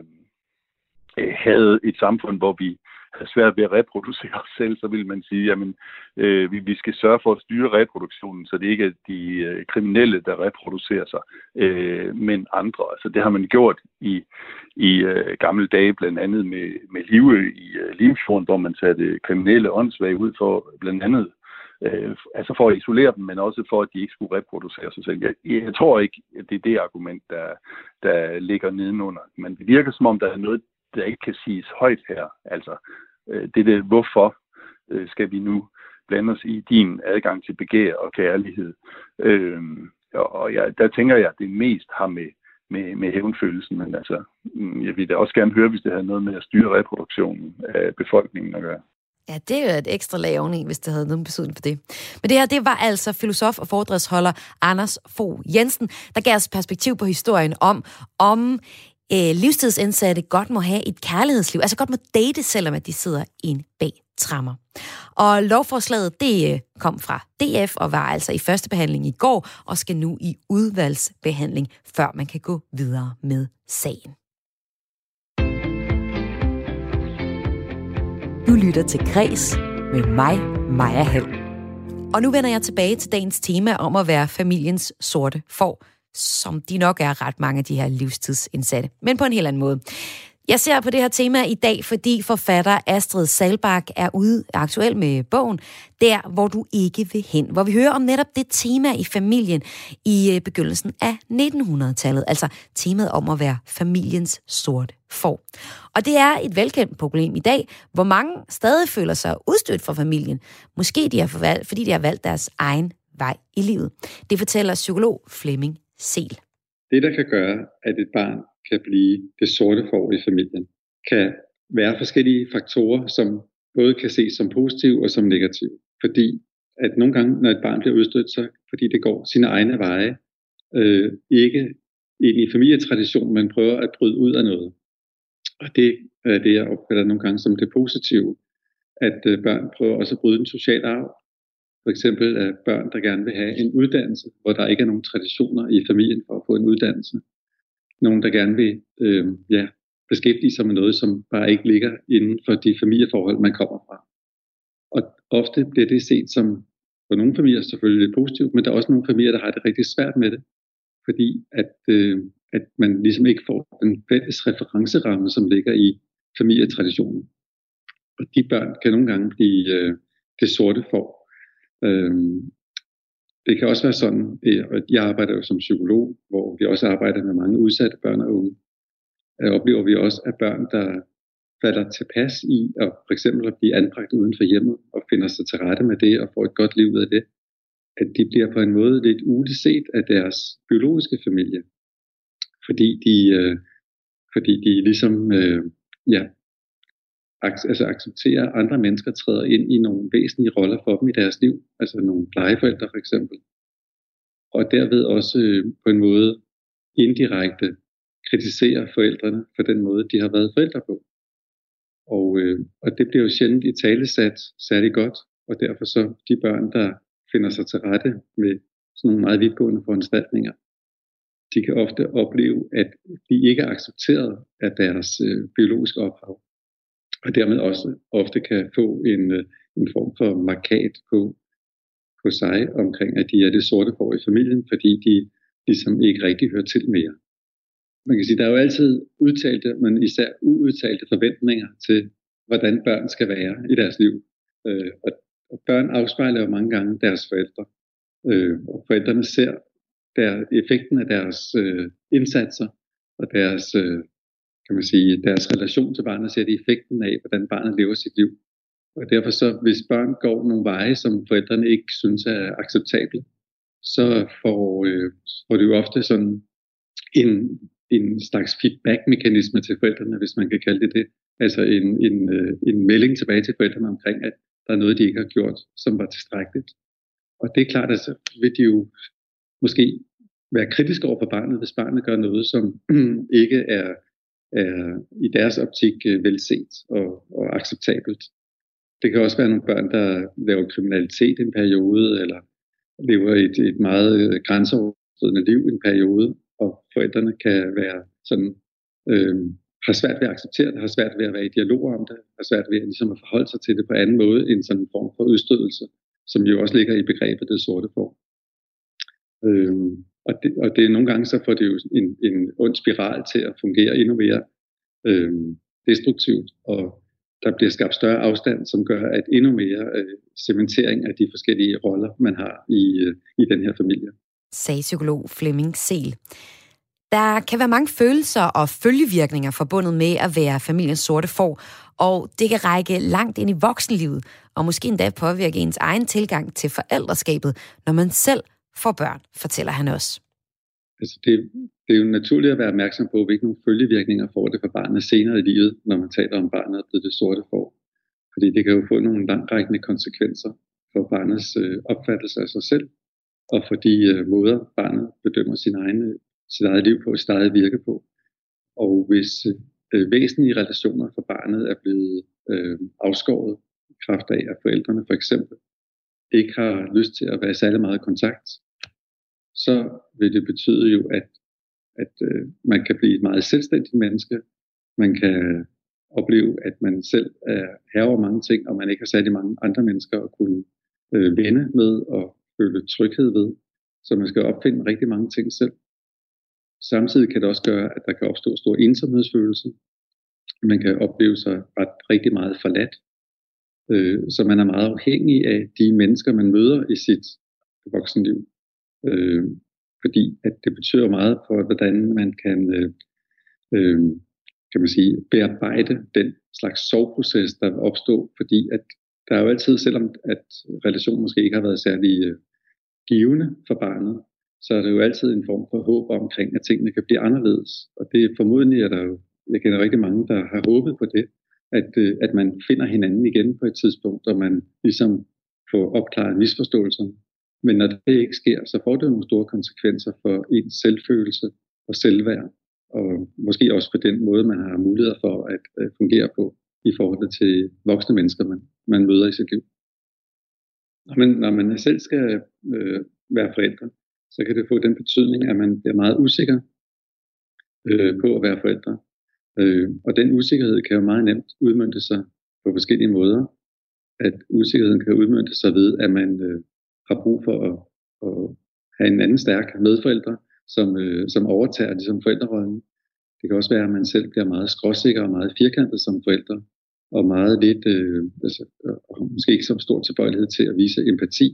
Speaker 7: havde et samfund, hvor vi havde svært ved at reproducere os selv, så vil man sige, jamen, øh, vi, vi skal sørge for at styre reproduktionen, så det ikke er de øh, kriminelle, der reproducerer sig, øh, men andre. Altså det har man gjort i, i øh, gamle dage, blandt andet med, med Livø i øh, Limfjorden, hvor man satte kriminelle åndssvage ud for blandt andet, øh, altså for at isolere dem, men også for, at de ikke skulle reproducere sig selv. Jeg, jeg tror ikke, at det er det argument, der, der ligger nedenunder. Men det virker som om, der er noget, der ikke kan siges højt her. Altså, øh, det er det, hvorfor øh, skal vi nu blande os i din adgang til begær og kærlighed. Øh, og ja, der tænker jeg, at det mest har med, med, med hævnfølelsen, men altså, jeg vil da også gerne høre, hvis det havde noget med at styre reproduktionen af befolkningen at gøre.
Speaker 1: Ja, det er jo et ekstra lag oveni, hvis det havde nogen betydning for det. Men det her, det var altså filosof og foredragsholder Anders Fogh Jensen, der gav os perspektiv på historien om, om øh, livstidsindsatte godt må have et kærlighedsliv, altså godt må date, selvom at de sidder inde bag tremmer. Og lovforslaget, det kom fra D F og var altså i første behandling i går, og skal nu i udvalgsbehandling, før man kan gå videre med sagen. Du lytter til Kres med mig, Maja Hall. Og nu vender jeg tilbage til dagens tema om at være familiens sorte får, som de nok er ret mange af de her livstidsindsatte, men på en helt anden måde. Jeg ser på det her tema i dag, fordi forfatter Astrid Saalbach er ude aktuel med bogen Der, hvor du ikke vil hen, hvor vi hører om netop det tema i familien i begyndelsen af nitten hundrede-tallet, altså temaet om at være familiens sorte får. Og det er et velkendt problem i dag, hvor mange stadig føler sig udstødt fra familien, måske de har forvalgt, fordi de har valgt deres egen vej i livet. Det fortæller psykolog Flemming Seel.
Speaker 8: Det, der kan gøre, at et barn kan blive det sorte får i familien, kan være forskellige faktorer, som både kan ses som positive og som negative. Fordi at nogle gange, når et barn bliver udstødt, så fordi det går sine egne veje, øh, ikke ind i familietraditionen, men prøver at bryde ud af noget. Og det er det, jeg opfatter nogle gange som det positive, at øh, børn prøver også at bryde den sociale arv. For eksempel er børn, der gerne vil have en uddannelse, hvor der ikke er nogen traditioner i familien for at få en uddannelse. Nogen, der gerne vil øh, ja, beskæftige sig med noget, som bare ikke ligger inden for de familieforhold, man kommer fra. Og ofte bliver det set som, for nogle familier selvfølgelig lidt positivt, men der er også nogle familier, der har det rigtig svært med det, fordi at, øh, at man ligesom ikke får den fælles referenceramme, som ligger i familietraditionen. Og de børn kan nogle gange blive øh, det sorte får. Øh, Det kan også være sådan, at jeg arbejder jo som psykolog, hvor vi også arbejder med mange udsatte børn og unge. Der oplever vi også, at børn, der falder tilpas i at for eksempel at blive anbragt uden for hjemmet og finder sig til rette med det og får et godt liv ud af det, at de bliver på en måde lidt uleset af deres biologiske familie. Fordi de, øh, fordi de ligesom øh, ja, ak- altså accepterer, at andre mennesker træder ind i nogle væsentlige roller for dem i deres liv. Altså nogle plejeforældre for eksempel. Og derved også øh, på en måde indirekte kritiserer forældrene for den måde, de har været forældre på. Og, øh, og det bliver jo sjældent i talesat særlig godt, og derfor så de børn, der finder sig til rette med sådan nogle meget vidtgående foranstaltninger, de kan ofte opleve, at de ikke er accepteret af deres øh, biologiske ophav, og dermed også ofte kan få en, øh, en form for markat på, på sig omkring, at de er det sorte får i familien, fordi de ligesom ikke rigtig hører til mere. Man kan sige, der er jo altid udtalte, men især uudtalte forventninger til, hvordan børn skal være i deres liv. Øh, og, og børn afspejler jo mange gange deres forældre. Øh, og forældrene ser der, effekten af deres øh, indsatser og deres, øh, kan man sige, deres relation til barnet, ser de effekten af, hvordan barnet lever sit liv. Og derfor så, hvis børn går nogle veje, som forældrene ikke synes er acceptable, så får, øh, får det jo ofte sådan en en slags feedback-mekanisme til forældrene, hvis man kan kalde det det. Altså en, en, en melding tilbage til forældrene omkring, at der er noget, de ikke har gjort, som var tilstrækkeligt. Og det er klart, at så vil de jo måske være kritiske over for barnet, hvis barnet gør noget, som ikke er, er i deres optik velset og, og acceptabelt. Det kan også være nogle børn, der laver kriminalitet en periode, eller lever et, et meget grænseoverskridende liv en periode, og forældrene kan være sådan, øh, har svært ved at acceptere det, har svært ved at være i dialog om det, har svært ved at, ligesom at forholde sig til det på anden måde end sådan en form for udstødelse, som jo også ligger i begrebet det sorte får. Øh, og, det, og det nogle gange så får det jo en, en ond spiral til at fungere endnu mere øh, destruktivt, og der bliver skabt større afstand, som gør, at endnu mere øh, cementering af de forskellige roller, man har i, øh, i den her familie.
Speaker 1: Sagde psykolog Flemming Seel. Der kan være mange følelser og følgevirkninger forbundet med at være familiens sorte får, Og det kan række langt ind i voksenlivet, og måske endda påvirke ens egen tilgang til forældreskabet, når man selv får børn, fortæller han også.
Speaker 8: Altså det, det er jo naturligt at være opmærksom på, hvilke nogle følgevirkninger får det for barnet senere i livet, når man taler om barnet er blevet det sorte får. Fordi det kan jo få nogle langtrækkende konsekvenser for barnets øh, opfattelse af sig selv, og for de øh, måder, barnet bedømmer sin egen, sit eget liv på, sit eget virke på. Og hvis øh, væsentlige relationer for barnet er blevet øh, afskåret i kraft af, at forældrene for eksempel ikke har lyst til at være særlig meget i kontakt, så vil det betyde jo, at, at øh, man kan blive et meget selvstændigt menneske. Man kan opleve, at man selv er herre over mange ting, og man ikke har særlig mange andre mennesker at kunne øh, vende med og føle tryghed ved. Så man skal opfinde rigtig mange ting selv. Samtidig kan det også gøre, at der kan opstå stor ensomhedsfølelse. Man kan opleve sig ret rigtig meget forladt. Øh, så man er meget afhængig af de mennesker, man møder i sit voksenliv. Øh, fordi at det betyder meget for, hvordan man kan, øh, øh, kan man sige, bearbejde den slags sorgproces, der vil opstå. Fordi at der er jo altid, selvom at relationen måske ikke har været særlig øh, givende for barnet, så er der jo altid en form for håb omkring, at tingene kan blive anderledes. Og det er formodentlig, at der jo, jeg kender rigtig mange, der har håbet på det, at, øh, at man finder hinanden igen på et tidspunkt, og man ligesom får opklaret misforståelserne. Men når det ikke sker, så får det nogle store konsekvenser for ens selvfølelse og selvværd, og måske også på den måde, man har mulighed for at uh, fungere på i forhold til voksne mennesker, man, man møder i sit liv. Men når man selv skal øh, være forældre, så kan det få den betydning, at man bliver meget usikker øh, på at være forældre. Øh, og den usikkerhed kan jo meget nemt udmønte sig på forskellige måder. At usikkerheden kan udmønte sig ved, at man øh, har brug for at, at have en anden stærk medforælder, som, øh, som overtager ligesom forældrerollen. Det kan også være, at man selv bliver meget skråsikker og meget firkantet som forældre, og meget lidt, øh, altså, og måske ikke så stor tilbøjelighed til at vise empati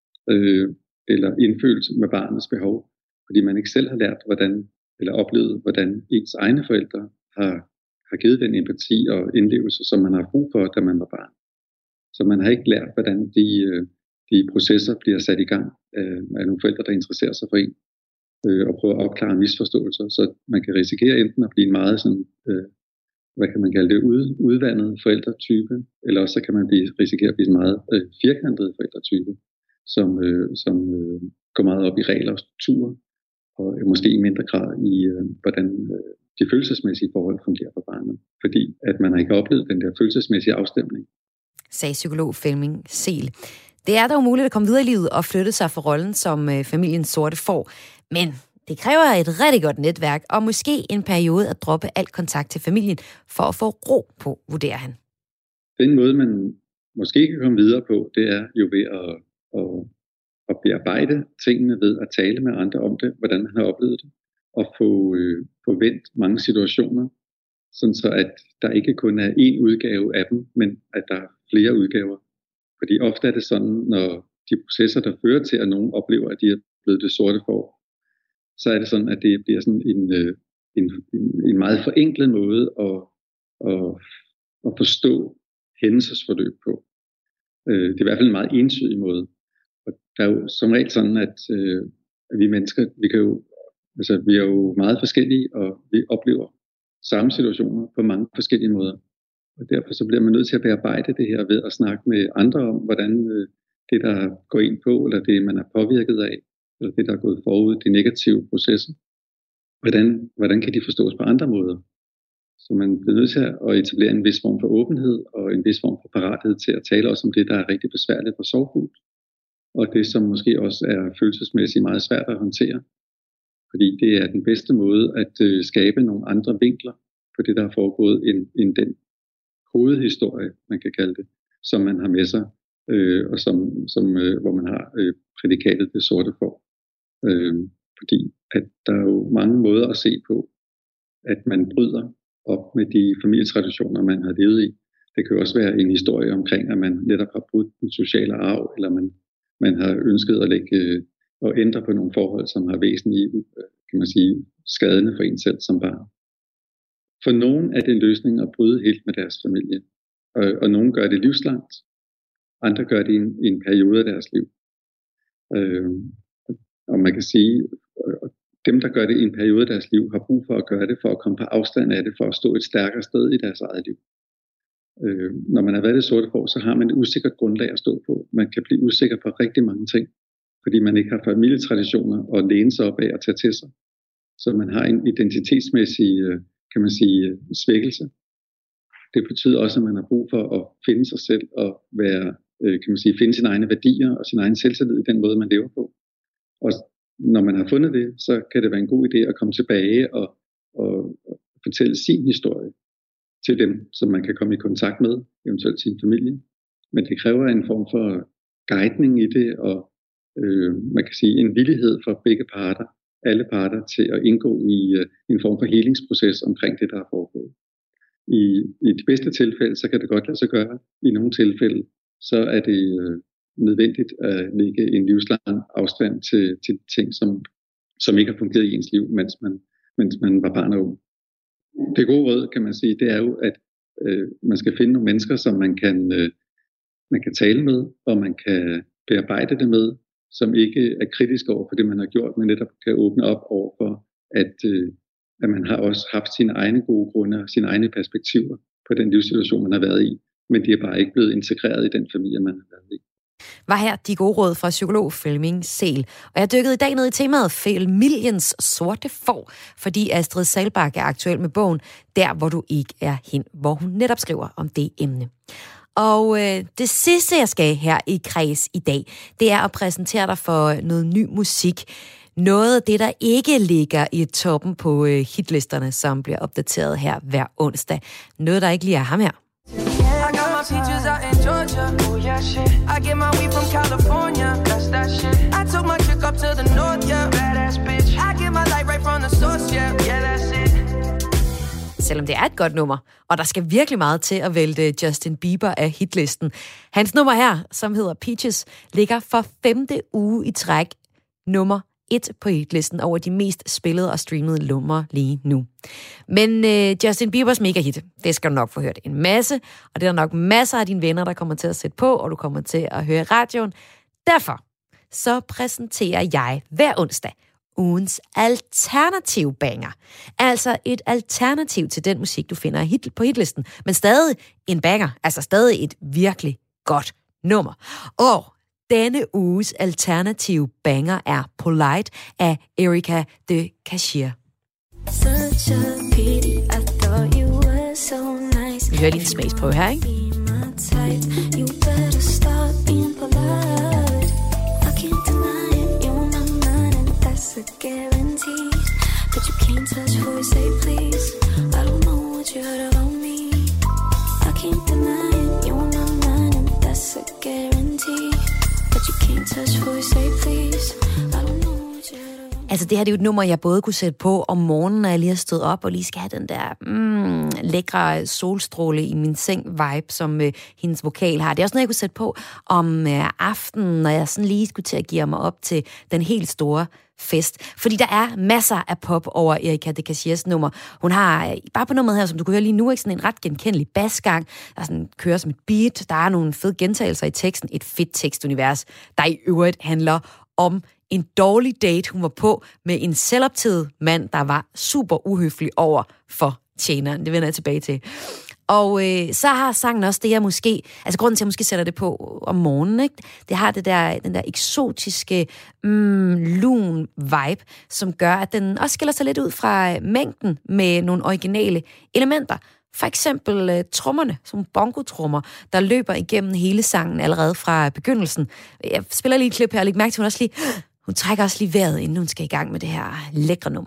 Speaker 8: øh, eller indfølelse med barnets behov, fordi man ikke selv har lært, hvordan, eller oplevet, hvordan ens egne forældre har, har givet den empati og indlevelse, som man har brug for, da man var barn. Så man har ikke lært, hvordan de, de processer bliver sat i gang øh, af nogle forældre, der interesserer sig for en, øh, og prøver at opklare misforståelser, så man kan risikere enten at blive en meget sådan, øh, hvad kan man kalde det, ud, udvandet forældretype, eller også så kan man blive, risikere at blive en meget øh, firkantet forældretype, som, øh, som øh, går meget op i regler og strukturer, og øh, måske i mindre grad i, øh, hvordan øh, de følelsesmæssige forhold fungerer for barnet, fordi at man har ikke oplevet den der følelsesmæssige afstemning.
Speaker 1: Sagde psykolog Flemming Seel. Det er dog muligt at komme videre i livet og flytte sig fra rollen som øh, familiens sorte får, men det kræver et rigtig godt netværk, og måske en periode at droppe al kontakt til familien, for at få ro på, vurderer han.
Speaker 8: Den måde, man måske kan komme videre på, det er jo ved at, at, at bearbejde tingene ved at tale med andre om det, hvordan man har oplevet det, og få, øh, få vendt mange situationer, sådan så at der ikke kun er én udgave af dem, men at der er flere udgaver. Fordi ofte er det sådan, når de processer, der fører til, at nogen oplever, at de er blevet det sorte får, så er det sådan, at det bliver sådan en, en, en meget forenklet måde at, at, at forstå hændelsesforløb på. Det er i hvert fald en meget entydig måde. Og der er jo som regel sådan, at, at vi mennesker, vi, kan jo, altså, vi er jo meget forskellige, og vi oplever samme situationer på mange forskellige måder. Og derfor så bliver man nødt til at bearbejde det her ved at snakke med andre om, hvordan det, der går ind på, eller det, man er påvirket af, eller det, der er gået forud, de negative processer, hvordan, hvordan kan de forstås på andre måder? Så man bliver nødt til at etablere en vis form for åbenhed, og en vis form for parathed til at tale også om det, der er rigtig besværligt og sorgfuldt, og det, som måske også er følelsesmæssigt meget svært at håndtere. Fordi det er den bedste måde at øh, skabe nogle andre vinkler på det, der er foregået, end, end den hovedhistorie, man kan kalde det, som man har med sig, øh, og som, som, øh, hvor man har øh, prædikatet det sorte får. Øh, fordi at der er jo mange måder at se på, at man bryder op med de familietraditioner, man har levet i. Det kan jo også være en historie omkring, at man netop har brudt den sociale arv, eller man, man har ønsket at lægge øh, og ændre på nogle forhold, som har væsentlige, kan man sige, skadende for en selv som barn. For nogen er det en løsning at bryde helt med deres familie, Og, og nogle gør det livslangt, andre gør det i en, i en periode af deres liv. Øh, og man kan sige, at dem, der gør det i en periode af deres liv, har brug for at gøre det, for at komme på afstand af det, for at stå et stærkere sted i deres eget liv. Øh, når man har været det sorte får, så har man et usikkert grundlag at stå på. Man kan blive usikker på rigtig mange ting, fordi man ikke har familietraditioner at læne sig op af og tage til sig. Så man har en identitetsmæssig, kan man sige, svækkelse. Det betyder også, at man har brug for at finde sig selv og være, kan man sige, finde sine egne værdier og sin egen selvtillid i den måde, man lever på. Og når man har fundet det, så kan det være en god idé at komme tilbage og, og, og fortælle sin historie til dem, som man kan komme i kontakt med, eventuelt sin familie. Men det kræver en form for guidning i det, og øh, man kan sige en villighed for begge parter, alle parter, til at indgå i øh, en form for helingsproces omkring det, der er foregået. I, i de bedste tilfælde, så kan det godt lade sig gøre. I nogle tilfælde, så er det øh, nødvendigt at lægge en livslang afstand til, til ting, som, som ikke har fungeret i ens liv, mens man, mens man var barn og ung. Det gode råd, kan man sige, det er jo, at øh, man skal finde nogle mennesker, som man kan, øh, man kan tale med, og man kan bearbejde det med, som ikke er kritiske over for det, man har gjort, men netop kan åbne op over for, at, øh, at man har også haft sine egne gode grunde og sine egne perspektiver på den livssituation, man har været i, men de er bare ikke blevet integreret i den familie, man har været i.
Speaker 1: Var her de gode råd fra psykolog Flemming Seel. Og jeg dykkede i dag ned i temaet familiens sorte får, fordi Astrid Saalbach er aktuel med bogen Der, hvor du ikke er hen, hvor hun netop skriver om det emne. Og øh, det sidste, jeg skal her i Kreds i dag, det er at præsentere dig for noget ny musik. Noget af det, der ikke ligger i toppen på øh, hitlisterne, som bliver opdateret her hver onsdag. Noget, der ikke lige er ham her.
Speaker 9: I got my peaches out in Georgia. Oh yeah, shit. I get my weed from California. That's that shit. I took my chick up to the north, yeah. Badass bitch. I get my light right from the source, yeah. Yeah, that's it.
Speaker 1: Selvom det er et godt nummer, og der skal virkelig meget til at vælte Justin Bieber af hitlisten. Hans nummer her, som hedder Peaches, ligger for femte uge i træk nummer et på hitlisten over de mest spillede og streamede numre lige nu. Men øh, Justin Biebers megahit, det skal du nok få hørt en masse, og det er der nok masser af dine venner, der kommer til at sætte på, og du kommer til at høre i radioen. Derfor så præsenterer jeg hver onsdag ugens alternativ banger. Altså et alternativ til den musik, du finder hit på hitlisten, men stadig en banger, altså stadig et virkelig godt nummer. Og denne uges alternative banger er Polite af Erika de Cashier. Vi hører lige en smagsprøve her, ikke? Altså det her det er jo et nummer, jeg både kunne sætte på om morgenen, når jeg lige har stået op og lige skal have den der mm, lækre solstråle i min seng-vibe, som øh, hendes vokal har. Det er også noget, jeg kunne sætte på om øh, aftenen, når jeg sådan lige skulle til at give mig op til den helt store fest. Fordi der er masser af pop over Erika de Cashiers nummer. Hun har, øh, bare på nummeret her, som du kan høre lige nu, ikke, sådan en ret genkendelig basgang, der sådan kører som et beat. Der er nogle fede gentagelser i teksten. Et fedt tekstunivers, der i øvrigt handler om en dårlig date, hun var på med en selvoptaget mand, der var super uhøflig over for tjeneren. Det vender jeg tilbage til. Og øh, så har sangen også det, jeg måske... Altså grunden til, at jeg måske sætter det på om morgenen, ikke? Det har det der, den der eksotiske, mm, lun vibe, som gør, at den også skiller sig lidt ud fra mængden med nogle originale elementer. For eksempel uh, trommerne, som bongotrommer, der løber igennem hele sangen allerede fra begyndelsen. Jeg spiller lige et klip her, og læg mærke til, hun også lige... Hun trækker også lige vejret, inden hun skal i gang med det her lækre nummer.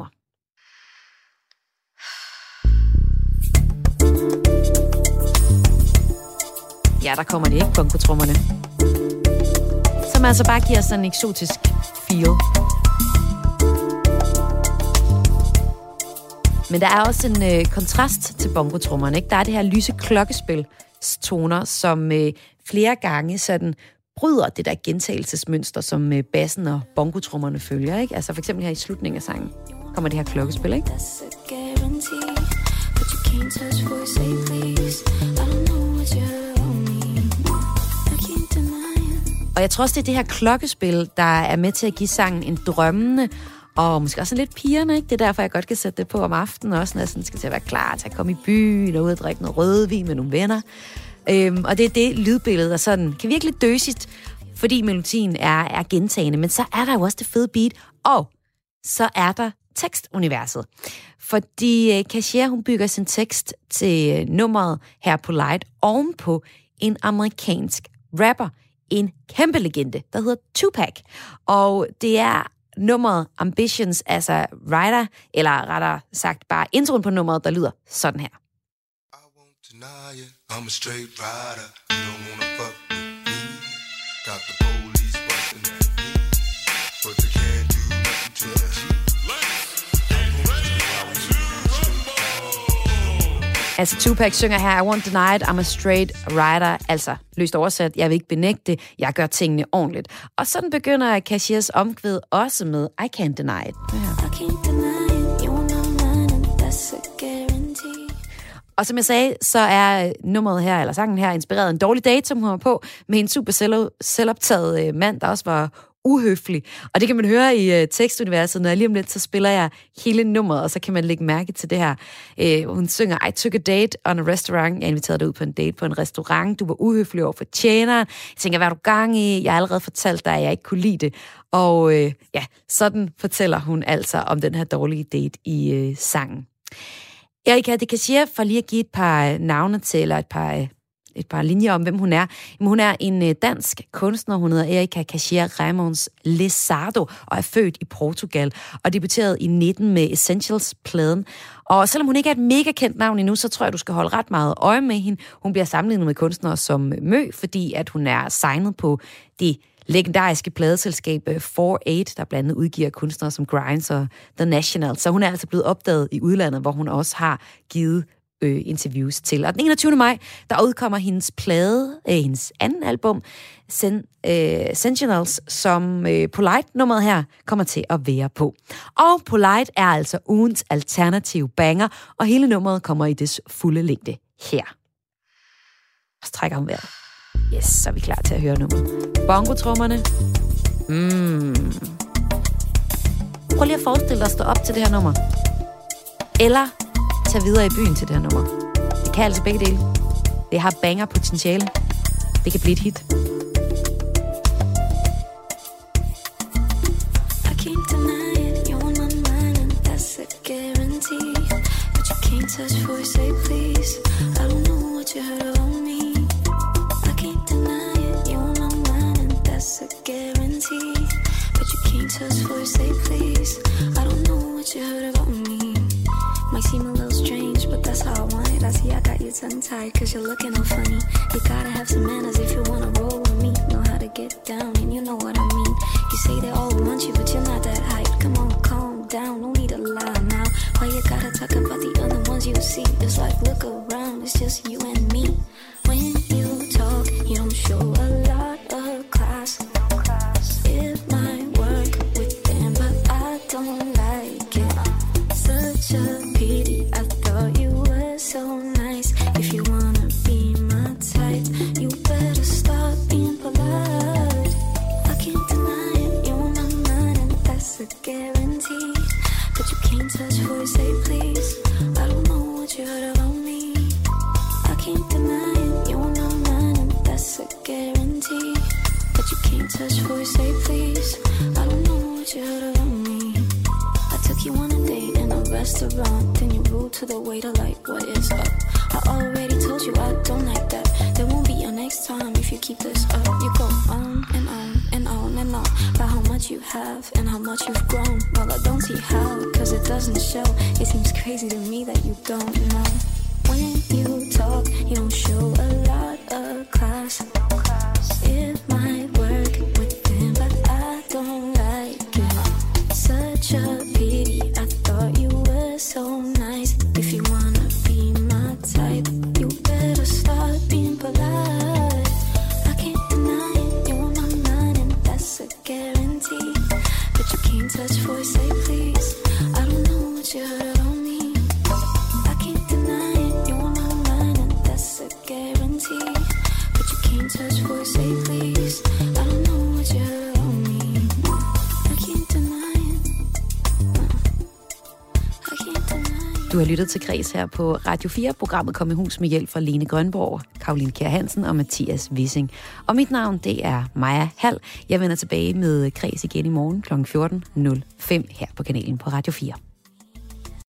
Speaker 1: Ja, der kommer det, ikke, bongotrommerne. Som altså bare giver sådan en eksotisk feel. Men der er også en øh, kontrast til bongotrommerne, ikke? Der er det her lyse klokkespilstoner, som øh, flere gange sådan bryder det der gentagelsesmønster, som øh, bassen og bongotrommerne følger, ikke? Altså for eksempel her i slutningen af sangen kommer det her klokkespil, ikke? But you can't touch voice, say please. I don't know what you're jeg tror også, det er det her klokkespil, der er med til at give sangen en drømmende, og måske også lidt pigerne, ikke? Det er derfor, jeg godt kan sætte det på om aftenen, også når jeg sådan skal til at være klar til at komme i byen og ud og drikke noget rødvin med nogle venner. Øhm, og det er det lydbillede, der sådan kan virke lidt døsigt, fordi melodien er, er gentagende, men så er der jo også det fede beat, og så er der tekstuniverset. Fordi Cashier, hun bygger sin tekst til nummeret her på Light ovenpå en amerikansk rapper, en kæmpe legende, der hedder Tupac. Og det er nummeret Ambitions, altså Rider, eller rettere sagt bare introen på nummeret, der lyder sådan her.
Speaker 10: I won't deny it, I'm a straight rider. You don't wanna fuck with me. Got the police busting at me, but they can't do nothing to me.
Speaker 1: Altså Tupac synger her, I won't deny it, I'm a straight rider. Altså, løst oversat, jeg vil ikke benægte det, jeg gør tingene ordentligt. Og sådan begynder Cashiers omkvæd også med I can't deny it. Ja. I can't deny it, you know mine, that's a guarantee. Og som jeg sagde, så er nummeret her, eller sangen her, inspireret af en dårlig date, som hun var på, med en super selvoptaget mand, der også var uhøflig. Og det kan man høre i uh, tekstuniverset, når jeg lige om lidt, så spiller jeg hele nummeret, og så kan man lægge mærke til det her. Uh, hun synger, I took a date on a restaurant. Jeg inviterede dig ud på en date på en restaurant. Du var uhøflig over for tjeneren. Jeg tænker, hvad er du gang i? Jeg har allerede fortalt dig, at jeg ikke kunne lide det. Og uh, ja, sådan fortæller hun altså om den her dårlige date i uh, sangen. Erika de Cashier, for lige at give et par navne til, eller et par... Uh, et par linjer om, hvem hun er. Jamen, hun er en dansk kunstner. Hun hedder Erika Cashier Raimonds Lizardo og er født i Portugal og debuterede i nitten med Essentials-pladen. Og selvom hun ikke er et mega kendt navn endnu, så tror jeg, du skal holde ret meget øje med hende. Hun bliver sammenlignet med kunstnere som Mø, fordi at hun er signet på det legendariske pladeselskab four eight, der blandt andet udgiver kunstnere som Grimes og The National. Så hun er altså blevet opdaget i udlandet, hvor hun også har givet Øh, interviews til. Og den enogtyvende maj, der udkommer hendes plade, øh, hendes anden album, Sen, øh, Sentinels, som øh, Polite-nummeret her kommer til at være på. Og Polite er altså ugens alternative banger, og hele nummeret kommer i dets fulde længde her. Så trækker hun vejret. Yes, så er vi klar til at høre nummeret. Bongo-trommerne. Mm. Prøv lige at forestille dig at stå op til det her nummer. Eller tage videre i byen til det her nummer. Det kan altså begge dele. Det har banger-potentiale. Det kan blive et hit. I can't deny it, you're on my mind and that's a guarantee. But you can't touch before you say please. I don't know what you heard about me. I can't deny it, you're on my mind and that's a guarantee. But you can't touch before you say please. I don't know what you heard about me. Might seem a little strange, but that's how I want it. I see I got you tongue-tied, cause you're looking all funny. You gotta have some manners if you wanna roll with me. Know how to get down, and you know what I mean. You say they all want you, but you're not that hype. Come on, calm down, no need to lie now. Why you gotta talk about the other ones you see? It's like, look around, it's just you and me. When you talk, you don't show a lot of class. It might work with them, but I don't like it. Such a pity, I thought you were so nice. If you wanna be my type, you better start being polite. I can't deny it, you're on my mind and that's a guarantee. But you can't touch before you say please. I don't know what you heard about me. I can't deny it, you're on my mind and that's a guarantee. But you can't touch before you say please. I don't know what you heard about me. I took you on a date in a restaurant, then you ruled to the waiter like, what is up? I already told you I don't like that. There won't be a next time if you keep this up. You go on and on and on and on about how much you have and how much you've grown. Well, I don't see how, cause it doesn't show. It seems crazy to me that you don't know. When you talk, you don't show a lot of class. It might work with them, but I don't like it. Such a pity, I thought you were so nice. If you wanna be my type, you better start being polite. I can't deny it, you're on my mind and that's a guarantee. But you can't touch before you say please. I don't know what you heard about me. I can't deny it, you're on my mind and that's a guarantee. Du har lyttet til Græs her på Radio fire. Programmet kom i hus med hjælp fra Lene Grønborg, Karoline Kjær Hansen og Mathias Wissing. Og mit navn, det er Maja Hall. Jeg vender tilbage med Græs igen i morgen kl. fjorten nul fem her på kanalen på Radio fire.